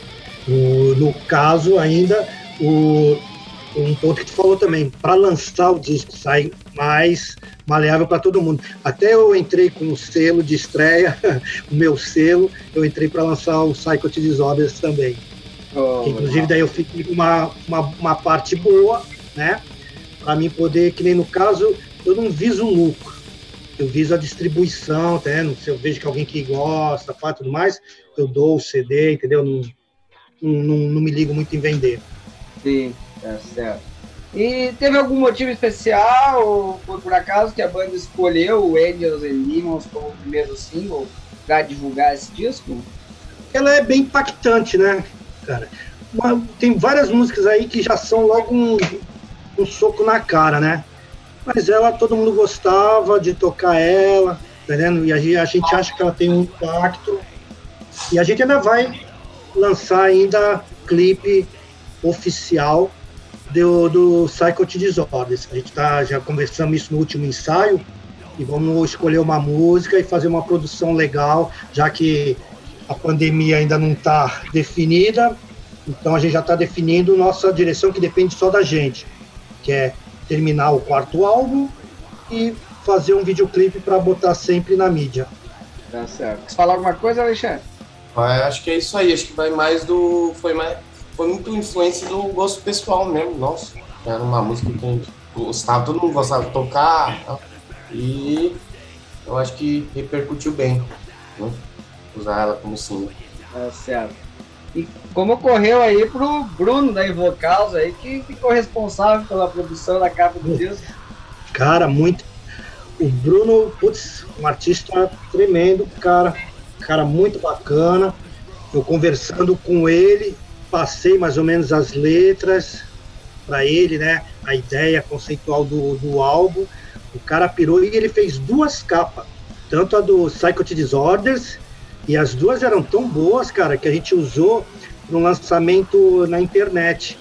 O, no caso, ainda, o, um ponto que tu falou também, para lançar o disco, sai mais maleável para todo mundo. Até eu entrei com o selo de estreia, o meu selo, eu entrei para lançar o Psychotic Disorders também. Oh, que, inclusive, daí eu fiquei com uma, uma, uma parte boa, né? Para mim poder, que nem no caso, eu não viso o lucro, eu viso a distribuição, até, se eu vejo que alguém que gosta, faz tudo mais, eu dou o C D, entendeu? Não, não, não me ligo muito em vender. Sim, tá certo. E teve algum motivo especial, ou por, por acaso, que a banda escolheu o Angels and Demons como primeiro single para divulgar esse disco? Ela é bem impactante, né, cara? Uma, tem várias músicas aí que já são logo um, um soco na cara, né? Mas ela, todo mundo gostava de tocar ela, tá vendo? E a gente acha que ela tem um impacto. E a gente ainda vai lançar ainda clipe oficial do, do Psychotic Disorders. A gente tá, já conversamos isso no último ensaio e vamos escolher uma música e fazer uma produção legal, já que a pandemia ainda não está definida. Então a gente já está definindo nossa direção, que depende só da gente, que é terminar o quarto álbum e fazer um videoclipe para botar sempre na mídia. Tá certo. Quer falar alguma coisa, Alexandre? Ah, acho que é isso aí. Acho que vai mais do... Foi, mais, foi muito influência do gosto pessoal mesmo, nossa. Era uma música que a gente gostava, todo mundo gostava de tocar, tá? E eu acho que repercutiu bem, né? Usar ela como single. Tá certo. E como ocorreu aí pro Bruno da Invocals aí, que ficou responsável pela produção da capa do disco. Cara, muito. O Bruno, putz, um artista tremendo, cara. Cara muito bacana. Eu conversando com ele, passei mais ou menos as letras para ele, né? A ideia conceitual do, do álbum. O cara pirou e ele fez duas capas. Tanto a do Psychotic Disorders, e as duas eram tão boas, cara, que a gente usou para um lançamento na internet,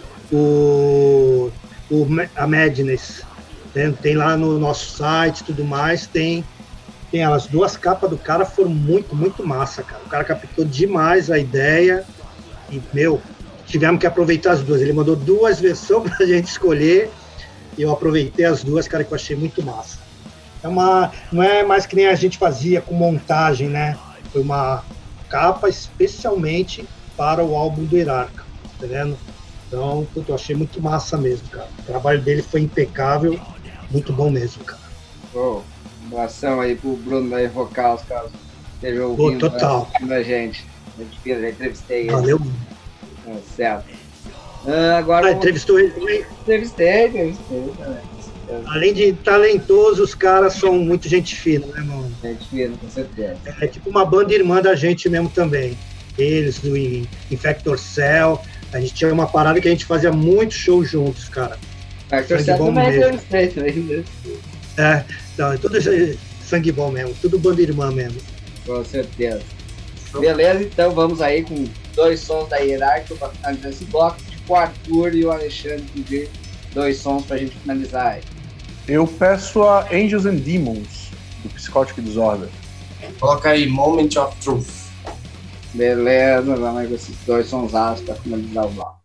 o, o a Madness. Tem, tem lá no nosso site e tudo mais, tem, tem as duas capas do cara, foram muito, muito massa, cara. O cara captou demais a ideia e, meu, tivemos que aproveitar as duas. Ele mandou duas versões pra gente escolher e eu aproveitei as duas, cara, que eu achei muito massa. É uma, não é mais que nem a gente fazia com montagem, né? Foi uma capa especialmente para o álbum do Hierarca, tá vendo? Então, eu achei muito massa mesmo, cara. O trabalho dele foi impecável, muito bom mesmo, cara. Oh, um abração aí pro Bruno da Invocaus, caso esteja ouvindo, oh, total. assistindo a gente. Eu já entrevistei ele. Valeu. Ah, certo. Ah, agora ah, entrevistou ele também? Entrevistei, entrevistei também. Além de talentosos, os caras são muito gente fina, né, mano? Gente fina, com certeza. É, é tipo uma banda irmã da gente mesmo também. Eles, do Infector Cell, a gente tinha uma parada que a gente fazia muito show juntos, cara. Infector Cell também entrevistei também. É, não, é tudo sangue bom mesmo, tudo banda irmã mesmo. Com certeza. Beleza, então vamos aí com dois sons da Hierarquia para finalizar esse bloco. Tipo o Arthur e o Alexandre pedir dois sons pra gente finalizar aí. Eu peço a Angels and Demons, do Psychotic Disorder. Coloca aí Moment of Truth. Beleza, vamos aí com esses dois sonsaços pra finalizar o bloco.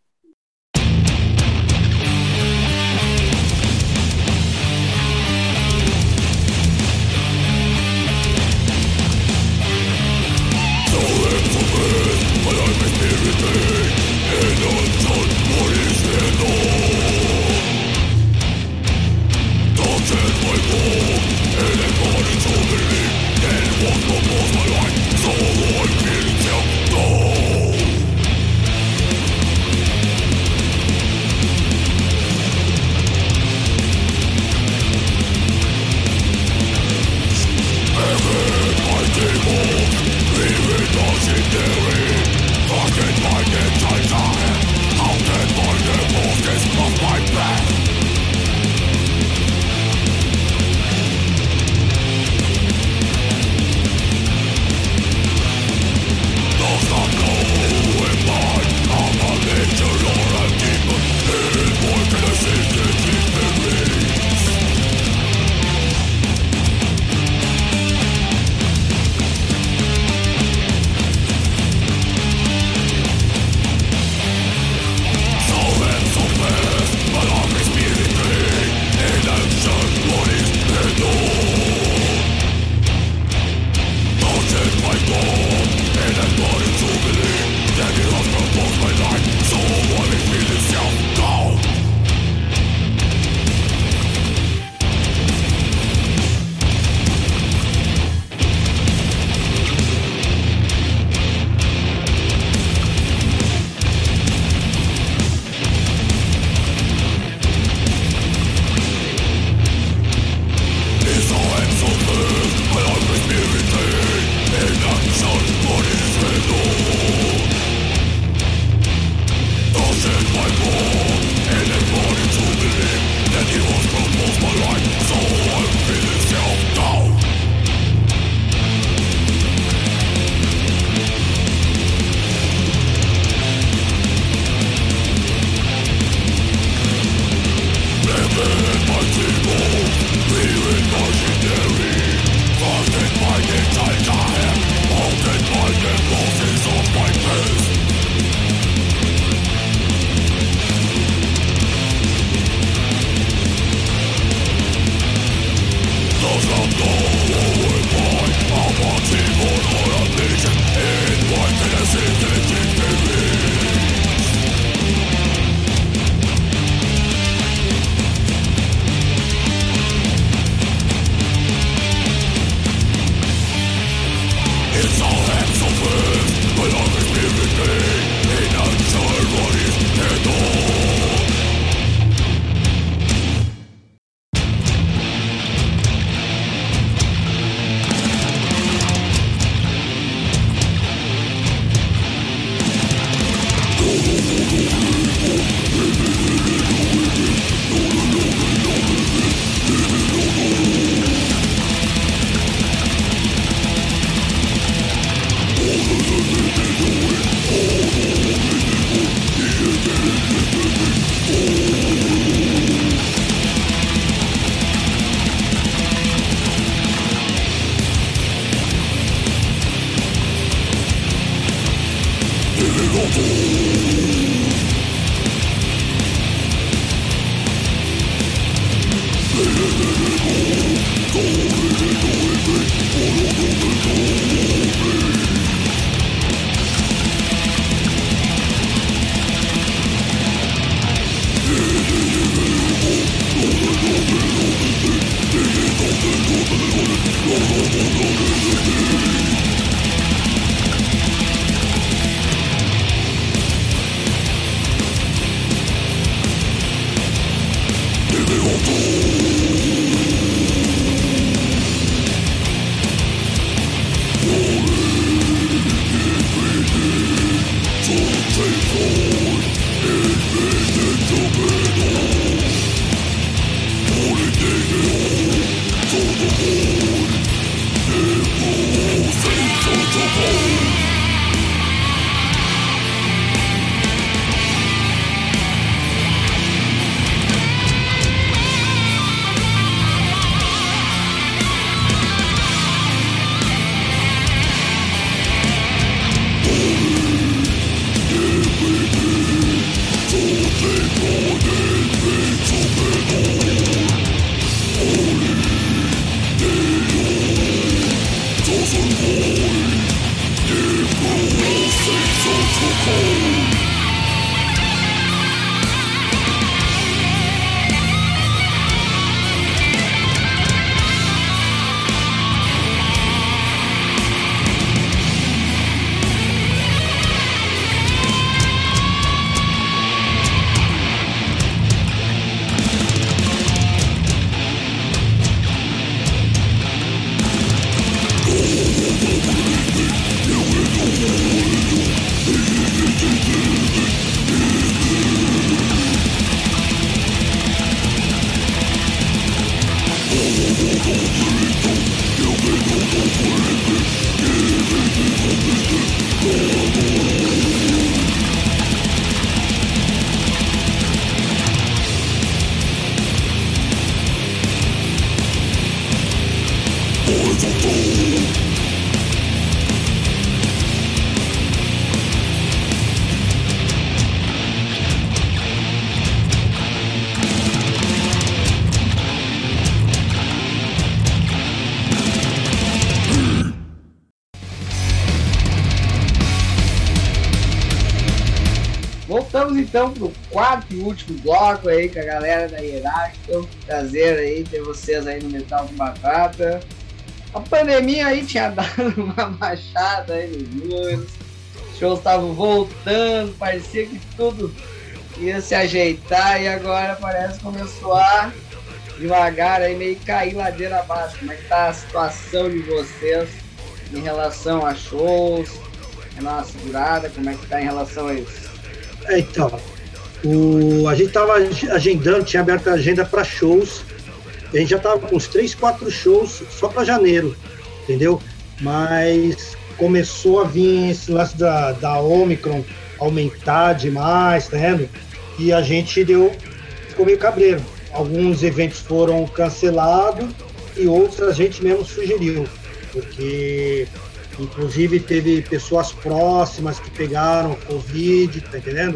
Voltamos então pro quarto e último bloco aí com a galera da Hierarquia. Prazer aí ter vocês aí no Metal com Batata. A pandemia aí tinha dado uma machada aí nos números. Os shows estavam voltando, parecia que tudo ia se ajeitar e agora parece que começou a devagar aí meio cair ladeira abaixo. Como é que tá a situação de vocês em relação a shows? É uma segurada, como é que tá em relação a isso? É, então, o, a gente estava agendando, tinha aberto a agenda para shows, a gente já estava com uns três, quatro shows só para janeiro, entendeu? Mas começou a vir esse lance da, da Omicron aumentar demais, tá vendo? E a gente deu, ficou meio cabreiro. Alguns eventos foram cancelados e outros a gente mesmo sugeriu, porque inclusive teve pessoas próximas que pegaram Covid, tá entendendo?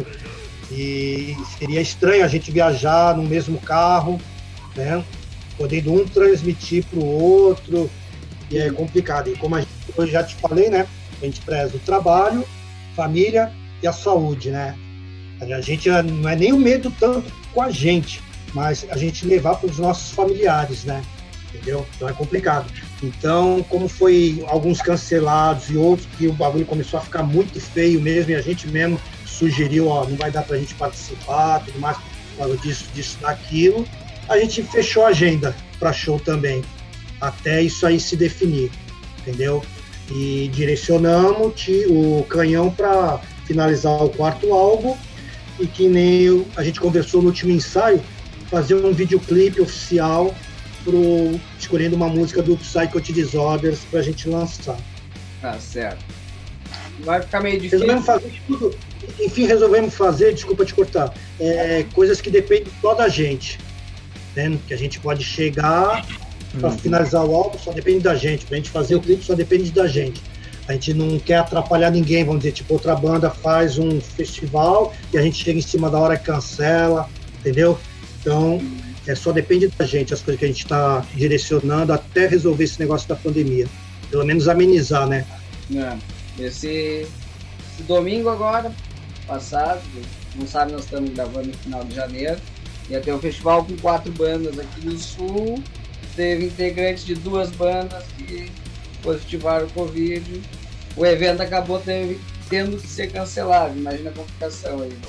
E seria estranho a gente viajar no mesmo carro, né? Podendo um transmitir para o outro, e é complicado. E como a gente, eu já te falei, né? A gente preza o trabalho, família e a saúde, né? A gente não é nem o medo tanto com a gente, mas a gente levar para os nossos familiares, né? Entendeu? Então é complicado. Então, como foi alguns cancelados e outros que o bagulho começou a ficar muito feio mesmo, e a gente mesmo sugeriu, ó, não vai dar pra gente participar, tudo mais, por causa disso, disso, daquilo, a gente fechou a agenda para show também, até isso aí se definir, entendeu? E direcionamos o canhão para finalizar o quarto álbum, e que nem eu, a gente conversou no último ensaio, fazer um videoclipe oficial pro, escolhendo uma música do Psychotic Disorders pra gente lançar. Tá certo. Vai ficar meio difícil. Resolvemos fazer tudo. Enfim, resolvemos fazer, desculpa te cortar, é, coisas que dependem só da gente. Né? Que a gente pode chegar para uhum. finalizar o álbum, só depende da gente. Pra gente fazer o clipe, só depende da gente. A gente não quer atrapalhar ninguém, vamos dizer, tipo, outra banda faz um festival e a gente chega em cima da hora e cancela, entendeu? Então, é, só depende da gente, as coisas que a gente está direcionando até resolver esse negócio da pandemia. Pelo menos amenizar, né? É, esse, esse domingo agora, passado, não sabe, nós estamos gravando no final de janeiro, ia ter um festival com quatro bandas aqui no Sul, teve integrantes de duas bandas que positivaram o Covid, o evento acabou teve, tendo que ser cancelado, imagina a complicação aí.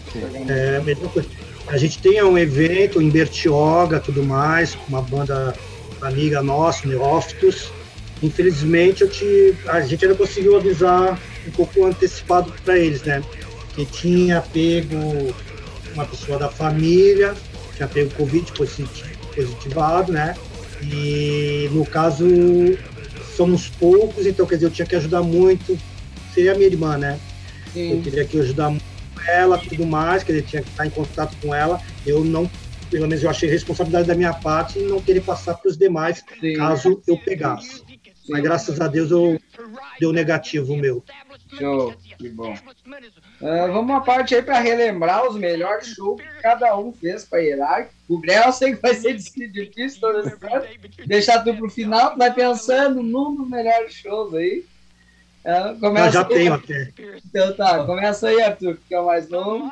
É, a mesma coisa. A gente tem um evento em Bertioga, tudo mais, com uma banda amiga nossa, Neófitos. Infelizmente, eu te, a gente ainda conseguiu avisar um pouco antecipado para eles, né? Que tinha pego uma pessoa da família, tinha pego Covid positivado, né? E, no caso, somos poucos, então, quer dizer, eu tinha que ajudar muito. Seria a minha irmã, né? Sim. Eu queria que eu ajudar muito ela, tudo mais, que ele tinha que estar em contato com ela. Eu não, pelo menos eu achei responsabilidade da minha parte em não querer passar para os demais, sim, caso eu pegasse. Sim. Mas graças a Deus eu deu negativo o meu. Show, que bom. Uh, vamos uma parte aí para relembrar os melhores shows que cada um fez para Hierarquia. O Grel eu sei que vai ser difícil toda essa coisa. Deixar tudo pro final, vai pensando num dos melhores shows aí. Uh, começa eu já aí, tenho até. Então tá, começa aí, Arthur, que é o mais novo.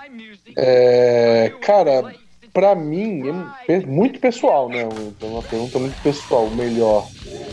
É, cara, pra mim, é muito pessoal, né? É uma pergunta muito pessoal, o melhor.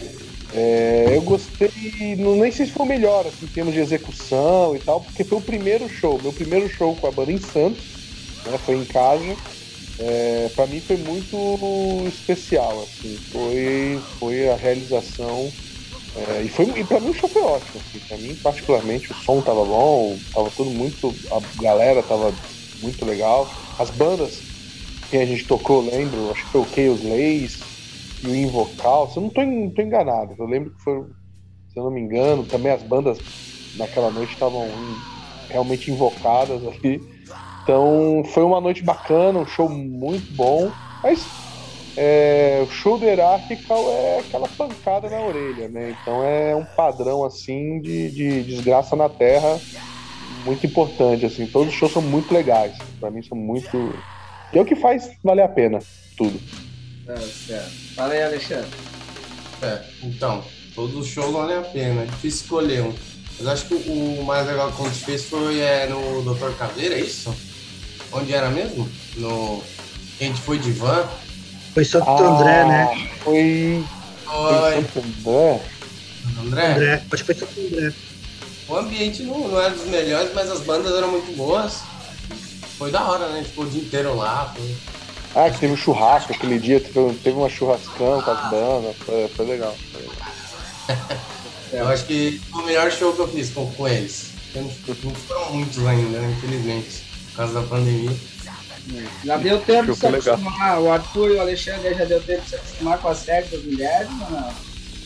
É, eu gostei, não, nem sei se foi o melhor, assim, em termos de execução e tal, porque foi o primeiro show, meu primeiro show com a banda em Santos, né, foi em casa. É, pra mim foi muito especial, assim, foi, foi a realização, é, e, foi, e pra mim o show foi ótimo, assim, pra mim particularmente o som tava bom, tava tudo muito, a galera tava muito legal, as bandas que a gente tocou, lembro, acho que foi o Chaos Lace e o Invocal, se eu não tô, não tô enganado, eu lembro que foi, se eu não me engano, também as bandas naquela noite estavam realmente invocadas ali, então foi uma noite bacana, um show muito bom, mas é, o show do Hierarchical é aquela pancada na orelha, né? Então é um padrão assim de, de desgraça na terra muito importante, assim. Todos os shows são muito legais. Pra mim são muito... É o que faz valer a pena tudo. É, certo. Fala aí, Alexandre. É, então, todos os shows valem a pena. É difícil escolher um. Mas acho que o mais legal que a gente fez foi é, no doutor Caveira, é isso? Onde era mesmo? No... A gente foi de van. Foi Santo Ah, André, né? Foi... Foi. Foi Santo André? André? André, acho que foi Santo André. O ambiente não, não era dos melhores, mas as bandas eram muito boas. Foi da hora, né? A gente ficou o dia inteiro lá. Foi... Ah, que teve um churrasco aquele dia, teve, teve uma churrascão com as bandas, foi, foi legal. Foi legal. Eu acho que foi o melhor show que eu fiz com, com eles. Não, não foram muitos ainda, né? Infelizmente, por causa da pandemia. Já deu tempo de se Foi legal. acostumar, o Arthur e o Alexandre já deu tempo de se acostumar com a série das mulheres ou não?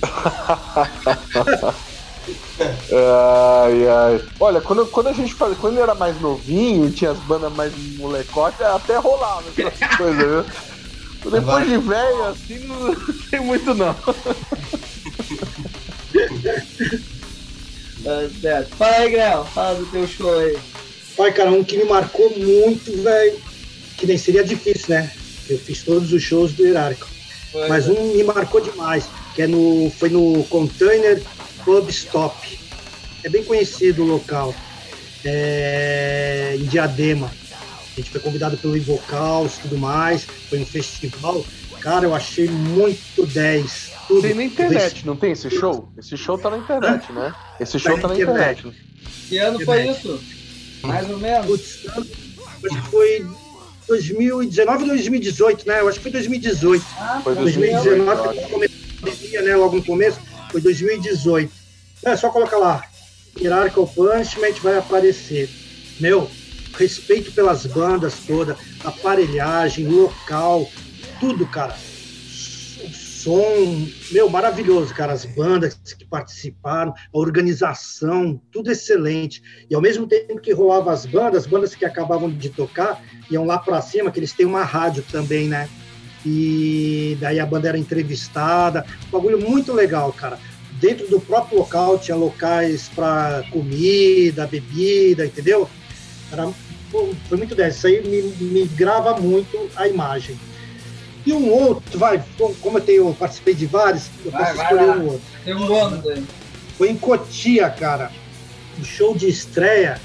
Ai, ai. Olha, quando, quando a gente fazia, quando eu era mais novinho, tinha as bandas mais molecote, até rolava essas coisas, viu? Depois Agora... de velho, assim, não tem muito não. Tá certo. Fala aí, Grel, fala do teu show aí. Pai, cara, um que me marcou muito, velho, que nem seria difícil, né? Eu fiz todos os shows do Hierárquico. Foi, Mas né? um me marcou demais, que é no, foi no Container Pub Stop. É bem conhecido o local. É, em Diadema. A gente foi convidado pelo Invocals e tudo mais. Foi um festival. Cara, eu achei muito dez. Tudo. Tem na internet, não tem esse show? Esse show tá na internet, né? Esse show tá na internet. Que ano foi isso? Mais ou menos? Putz, acho que foi dois mil e dezenove ou dois mil e dezoito, né? Eu acho que foi dois mil e dezoito. Ah, Foi dois mil e dezenove, quando começou a pandemia, né? Logo no começo, foi dois mil e dezoito. É só colocar lá, Hierarchical Punishment, vai aparecer. Meu, respeito pelas bandas todas, aparelhagem, local, tudo, cara. O som, meu, maravilhoso, cara. As bandas que participaram, a organização, tudo excelente. E ao mesmo tempo que rolava as bandas, as bandas que acabavam de tocar, iam lá pra cima, que eles têm uma rádio também, né? E daí a banda era entrevistada, um bagulho muito legal, cara. Dentro do próprio local tinha locais para comida, bebida, entendeu? Era, pô, foi muito dessa. Isso aí me, me grava muito a imagem. E um outro, vai, como eu tenho, eu participei de vários, eu Vai, posso vai escolher lá. um outro. Tem um bônus aí. Foi em Cotia, cara, o show de estreia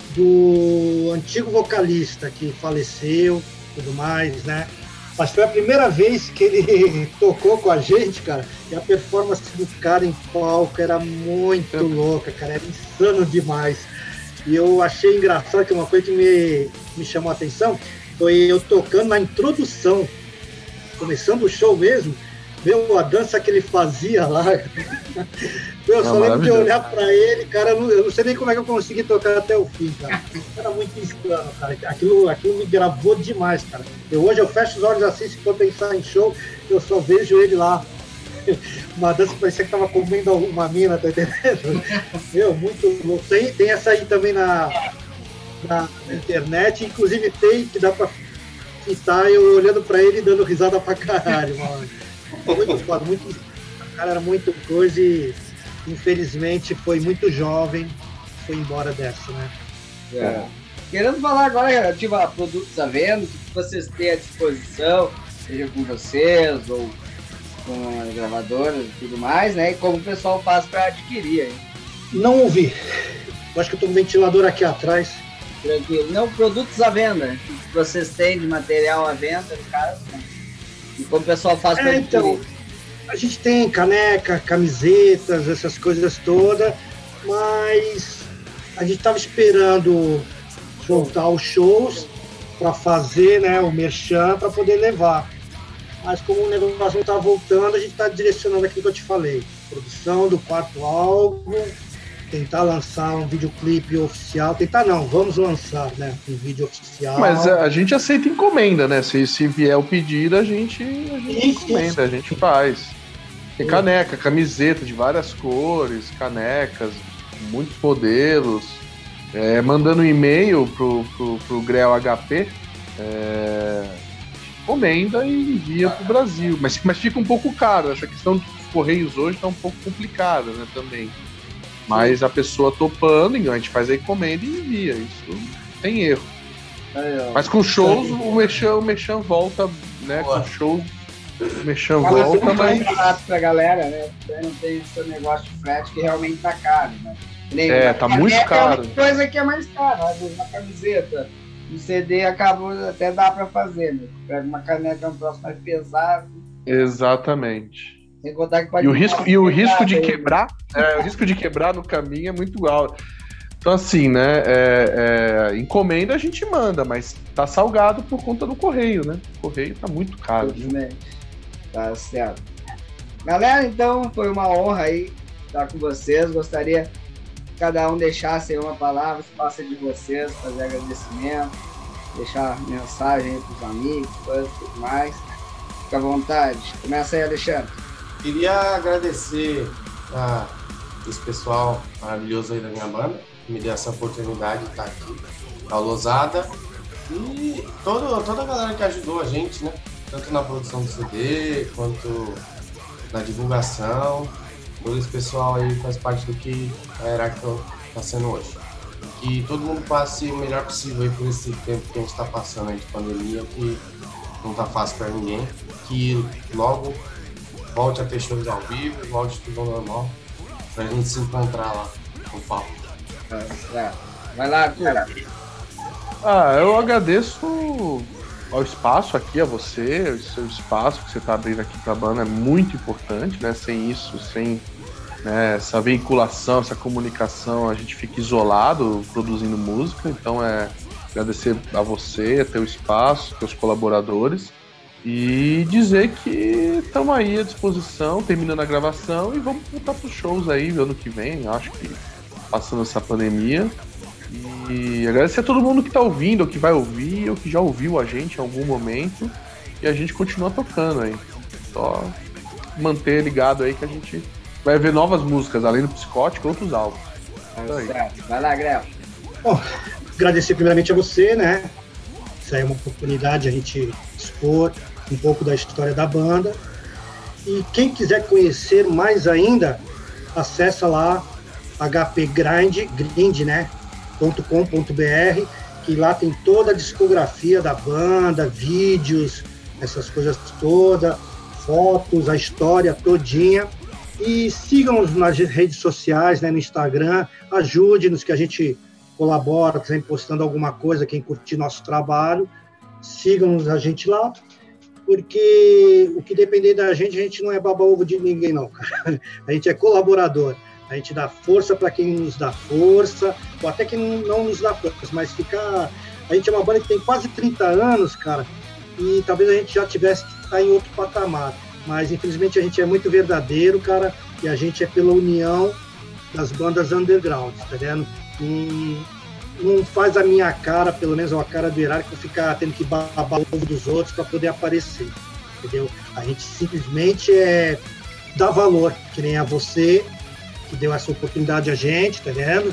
do antigo vocalista que faleceu, tudo mais, né? Mas foi a primeira vez que ele tocou com a gente, cara, e a performance do cara em palco era muito louca, cara, era insano demais. E eu achei engraçado que uma coisa que me, me chamou a atenção foi eu tocando na introdução, começando o show mesmo, meu, a dança que ele fazia lá. Meu, eu só lembro de olhar pra ele, cara, eu não, eu não sei nem como é que eu consegui tocar até o fim, cara. Era muito insano, cara. Aquilo, aquilo me gravou demais, cara. Eu, hoje eu fecho os olhos assim, se for pensar em show, eu só vejo ele lá. Uma dança que parecia que tava comendo uma mina, tá entendendo? Meu, muito louco. Tem, tem essa aí também na, na internet, inclusive tem que dá pra fitar eu olhando pra ele e dando risada pra caralho, mano. Muito foda, muito. O cara era muito coisa e infelizmente foi muito jovem, foi embora dessa, né? É. Querendo falar agora relativo a produtos à venda, que vocês têm à disposição, seja com vocês ou com as gravadoras e tudo mais, né? E como o pessoal faz para adquirir, hein? Não ouvi. Eu acho que eu tô com um ventilador aqui atrás. Tranquilo. Não, produtos à venda, que vocês têm de material à venda, no caso, né? E como o pessoal faz para É, adquirir. então, a gente tem caneca, camisetas, essas coisas todas, mas a gente estava esperando voltar aos shows para fazer, né, o merchan para poder levar. Mas como o negócio não está voltando, a gente está direcionando aquilo que eu te falei. Produção do quarto álbum, tentar lançar um videoclipe oficial. Tentar não, vamos lançar, né, um vídeo oficial. Mas a, a gente aceita encomenda, né? Se, se vier o pedido, a gente, a gente Isso, encomenda, isso. a gente faz. Tem caneca, camiseta de várias cores, canecas, muitos modelos. É, mandando um e-mail pro, pro, pro Grel H P, é, encomenda e envia pro Brasil. Mas, mas fica um pouco caro. Essa questão dos Correios hoje tá um pouco complicada, né, também. Mas a pessoa topando, a gente faz a encomenda e envia. Isso tem erro. Aí, mas com shows, o Mechan, o Mechan volta, né? Boa. Com shows, o Mechan volta, mas... mais barato pra galera, né? Não tem esse negócio de frete que realmente tá caro, né? Nem é, tá muito caro. É uma coisa que é mais cara, às vezes uma camiseta, um C D acabou, até dá pra fazer, né? Pega uma caneta, é um troço mais pesado. Exatamente. Sem contar que pode e o risco, e o risco de quebrar, é, o risco de quebrar no caminho é muito alto. Então, assim, né? É, é, encomenda a gente manda, mas tá salgado por conta do correio, né? O correio tá muito caro. Né? Tá certo. Galera, então, foi uma honra aí estar com vocês. Gostaria que cada um deixasse aí uma palavra, espaço de vocês, fazer agradecimento, deixar mensagem aí pros amigos, coisas e tudo mais. Fica à vontade. Começa aí, Alexandre. Queria agradecer a esse pessoal maravilhoso aí da minha banda, que me deu essa oportunidade de estar aqui, a Losada, e todo, toda a galera que ajudou a gente, né? Tanto na produção do C D, quanto na divulgação. Todo esse pessoal aí faz parte do que a Heráclito está sendo hoje. Que todo mundo passe o melhor possível aí por esse tempo que a gente está passando aí de pandemia, que não tá fácil para ninguém. Que logo volte a ter shows ao vivo, volte tudo ao normal, pra gente se encontrar lá no palco. É. Vai lá, cara. Ah, eu agradeço ao espaço aqui, a você, o seu espaço que você tá abrindo aqui pra banda é muito importante, né? Sem isso, sem né, essa veiculação, essa comunicação, a gente fica isolado produzindo música. Então é agradecer a você, a teu espaço, teus colaboradores. E dizer que estamos aí à disposição, terminando a gravação, e vamos voltar para os shows aí ano que vem, acho que passando essa pandemia. E agradecer a todo mundo que está ouvindo, ou que vai ouvir, ou que já ouviu a gente em algum momento. E a gente continua tocando aí. Só manter ligado aí que a gente vai ver novas músicas, além do Psicótico, outros álbuns. É vai lá, Grel. Bom, agradecer primeiramente a você, né? Isso aí é uma oportunidade a gente expor um pouco da história da banda. E quem quiser conhecer mais ainda, acessa lá h p grind, grind, né, ponto com ponto b r, que lá tem toda a discografia da banda, vídeos, essas coisas todas, fotos, a história todinha. E sigam-nos nas redes sociais, né, no Instagram, ajude-nos que a gente colabora, sempre postando alguma coisa, quem curtir nosso trabalho, sigam-nos a gente lá, porque o que depender da gente, a gente não é baba-ovo de ninguém não, cara. A gente é colaborador, a gente dá força para quem nos dá força, ou até quem não nos dá força, mas ficar... A gente é uma banda que tem quase trinta anos, cara, e talvez a gente já tivesse que estar em outro patamar, mas infelizmente a gente é muito verdadeiro, cara, e a gente é pela união das bandas underground, tá vendo? Não, não faz a minha cara, pelo menos a cara do Heráclito, ficar tendo que babar o ovo dos outros para poder aparecer, entendeu? A gente simplesmente é, dá valor, que nem a você, que deu essa oportunidade a gente, tá vendo?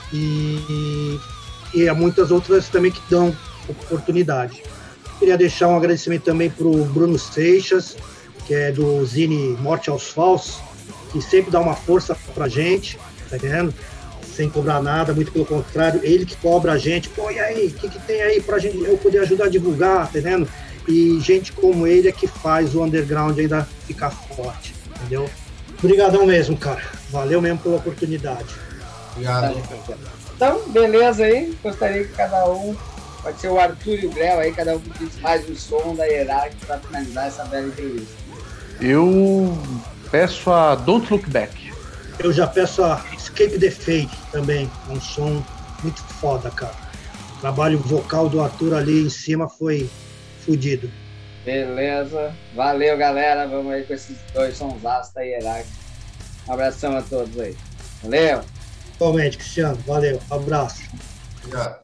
E, e a muitas outras também que dão oportunidade. Queria deixar um agradecimento também pro Bruno Seixas, que é do Zine Morte aos Falsos, que sempre dá uma força pra gente, tá vendo? Sem cobrar nada, muito pelo contrário, ele que cobra a gente, pô, e aí, o que, que tem aí pra gente, eu poder ajudar a divulgar, tá vendo? E gente como ele é que faz o underground ainda ficar forte, entendeu? Obrigadão mesmo, cara. Valeu mesmo pela oportunidade. Obrigado. Então, beleza aí, gostaria que cada um, pode ser o Arthur e o Grel aí, cada um que faz o som da Heráclito para finalizar essa bela entrevista. Eu peço a Don't Look Back. Eu já peço a Escape the Fate também, é um som muito foda, cara. O trabalho vocal do Arthur ali em cima foi fodido. Beleza, valeu galera, vamos aí com esses dois sonsaços da Heráclito. Um abração a todos aí. Valeu! Igualmente, Cristiano, valeu, abraço. Obrigado.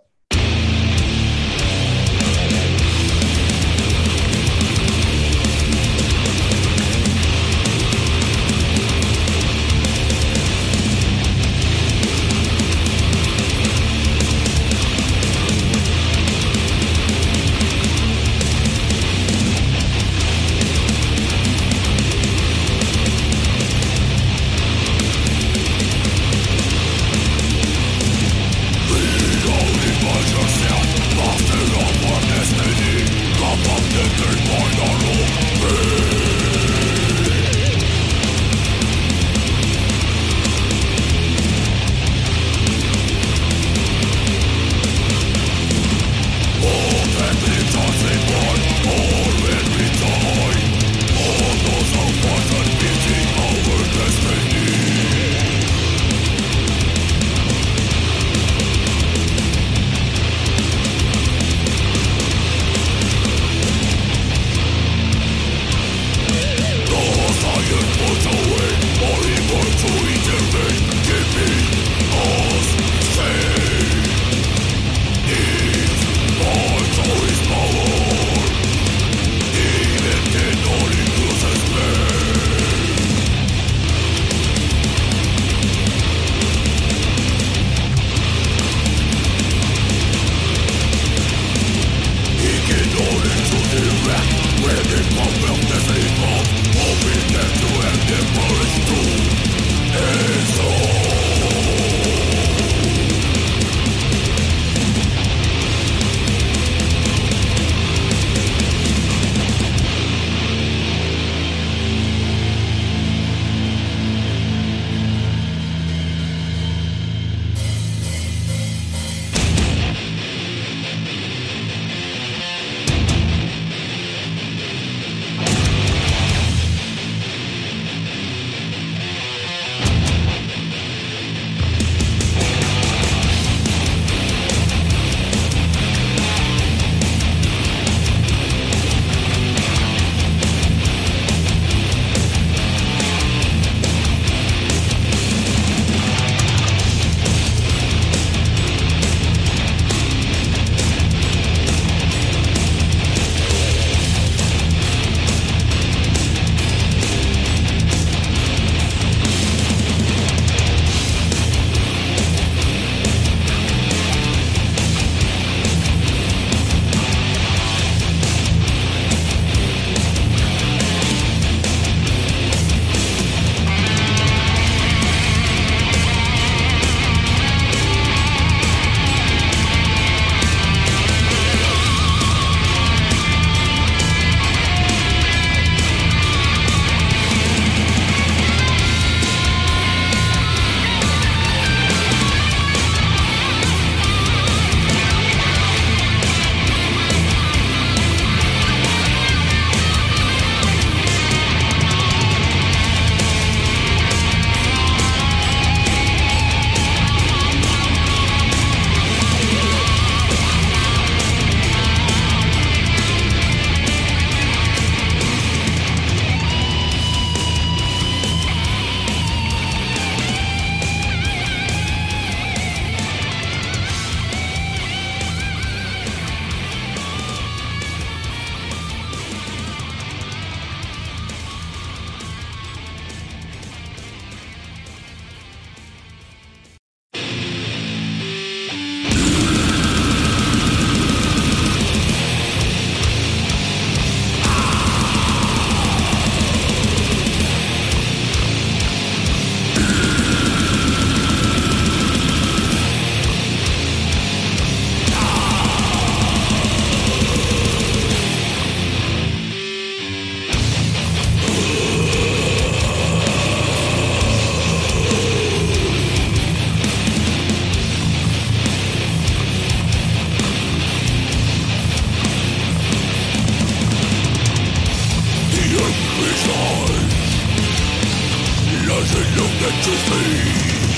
that you see.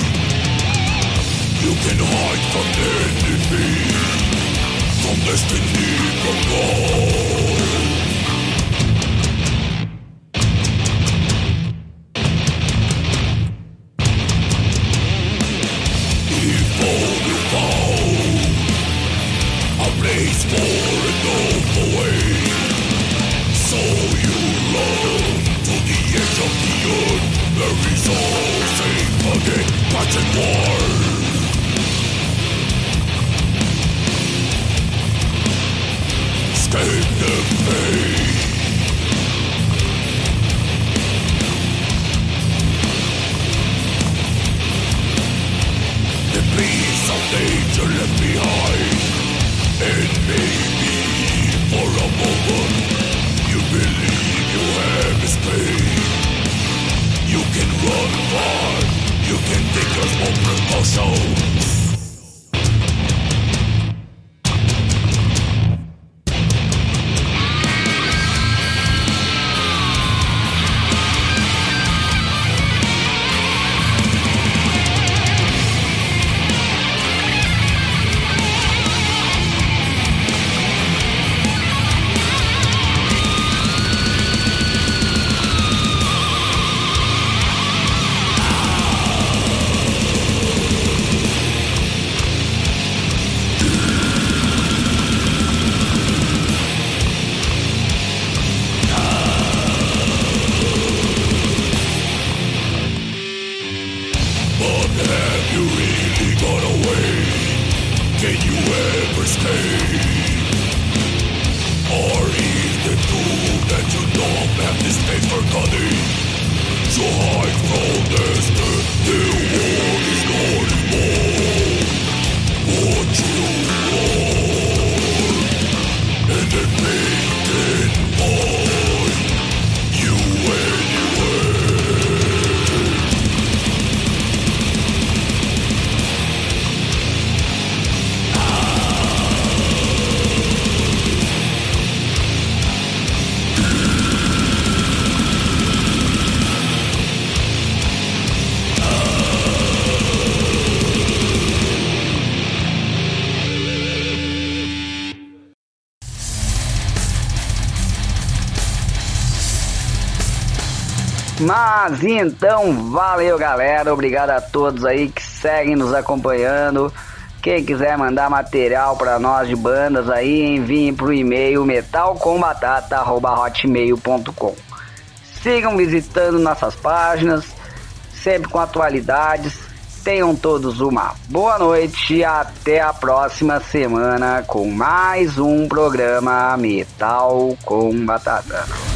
You can hide from enemy, from destiny, from God. Evil will fall, a place for an awful way. So you love to the edge of the earth. There is all safe again, watching war. Escape the fate. The piece of nature left behind. And maybe for a moment you believe you have escaped. You can run far, you can take your small precautions. Mas então, valeu galera, obrigado a todos aí que seguem nos acompanhando. Quem quiser mandar material para nós de bandas aí, enviem pro e-mail metalcombatata arroba hotmail ponto com. Sigam visitando nossas páginas, sempre com atualidades. Tenham todos uma boa noite e até a próxima semana com mais um programa Metal com Batata.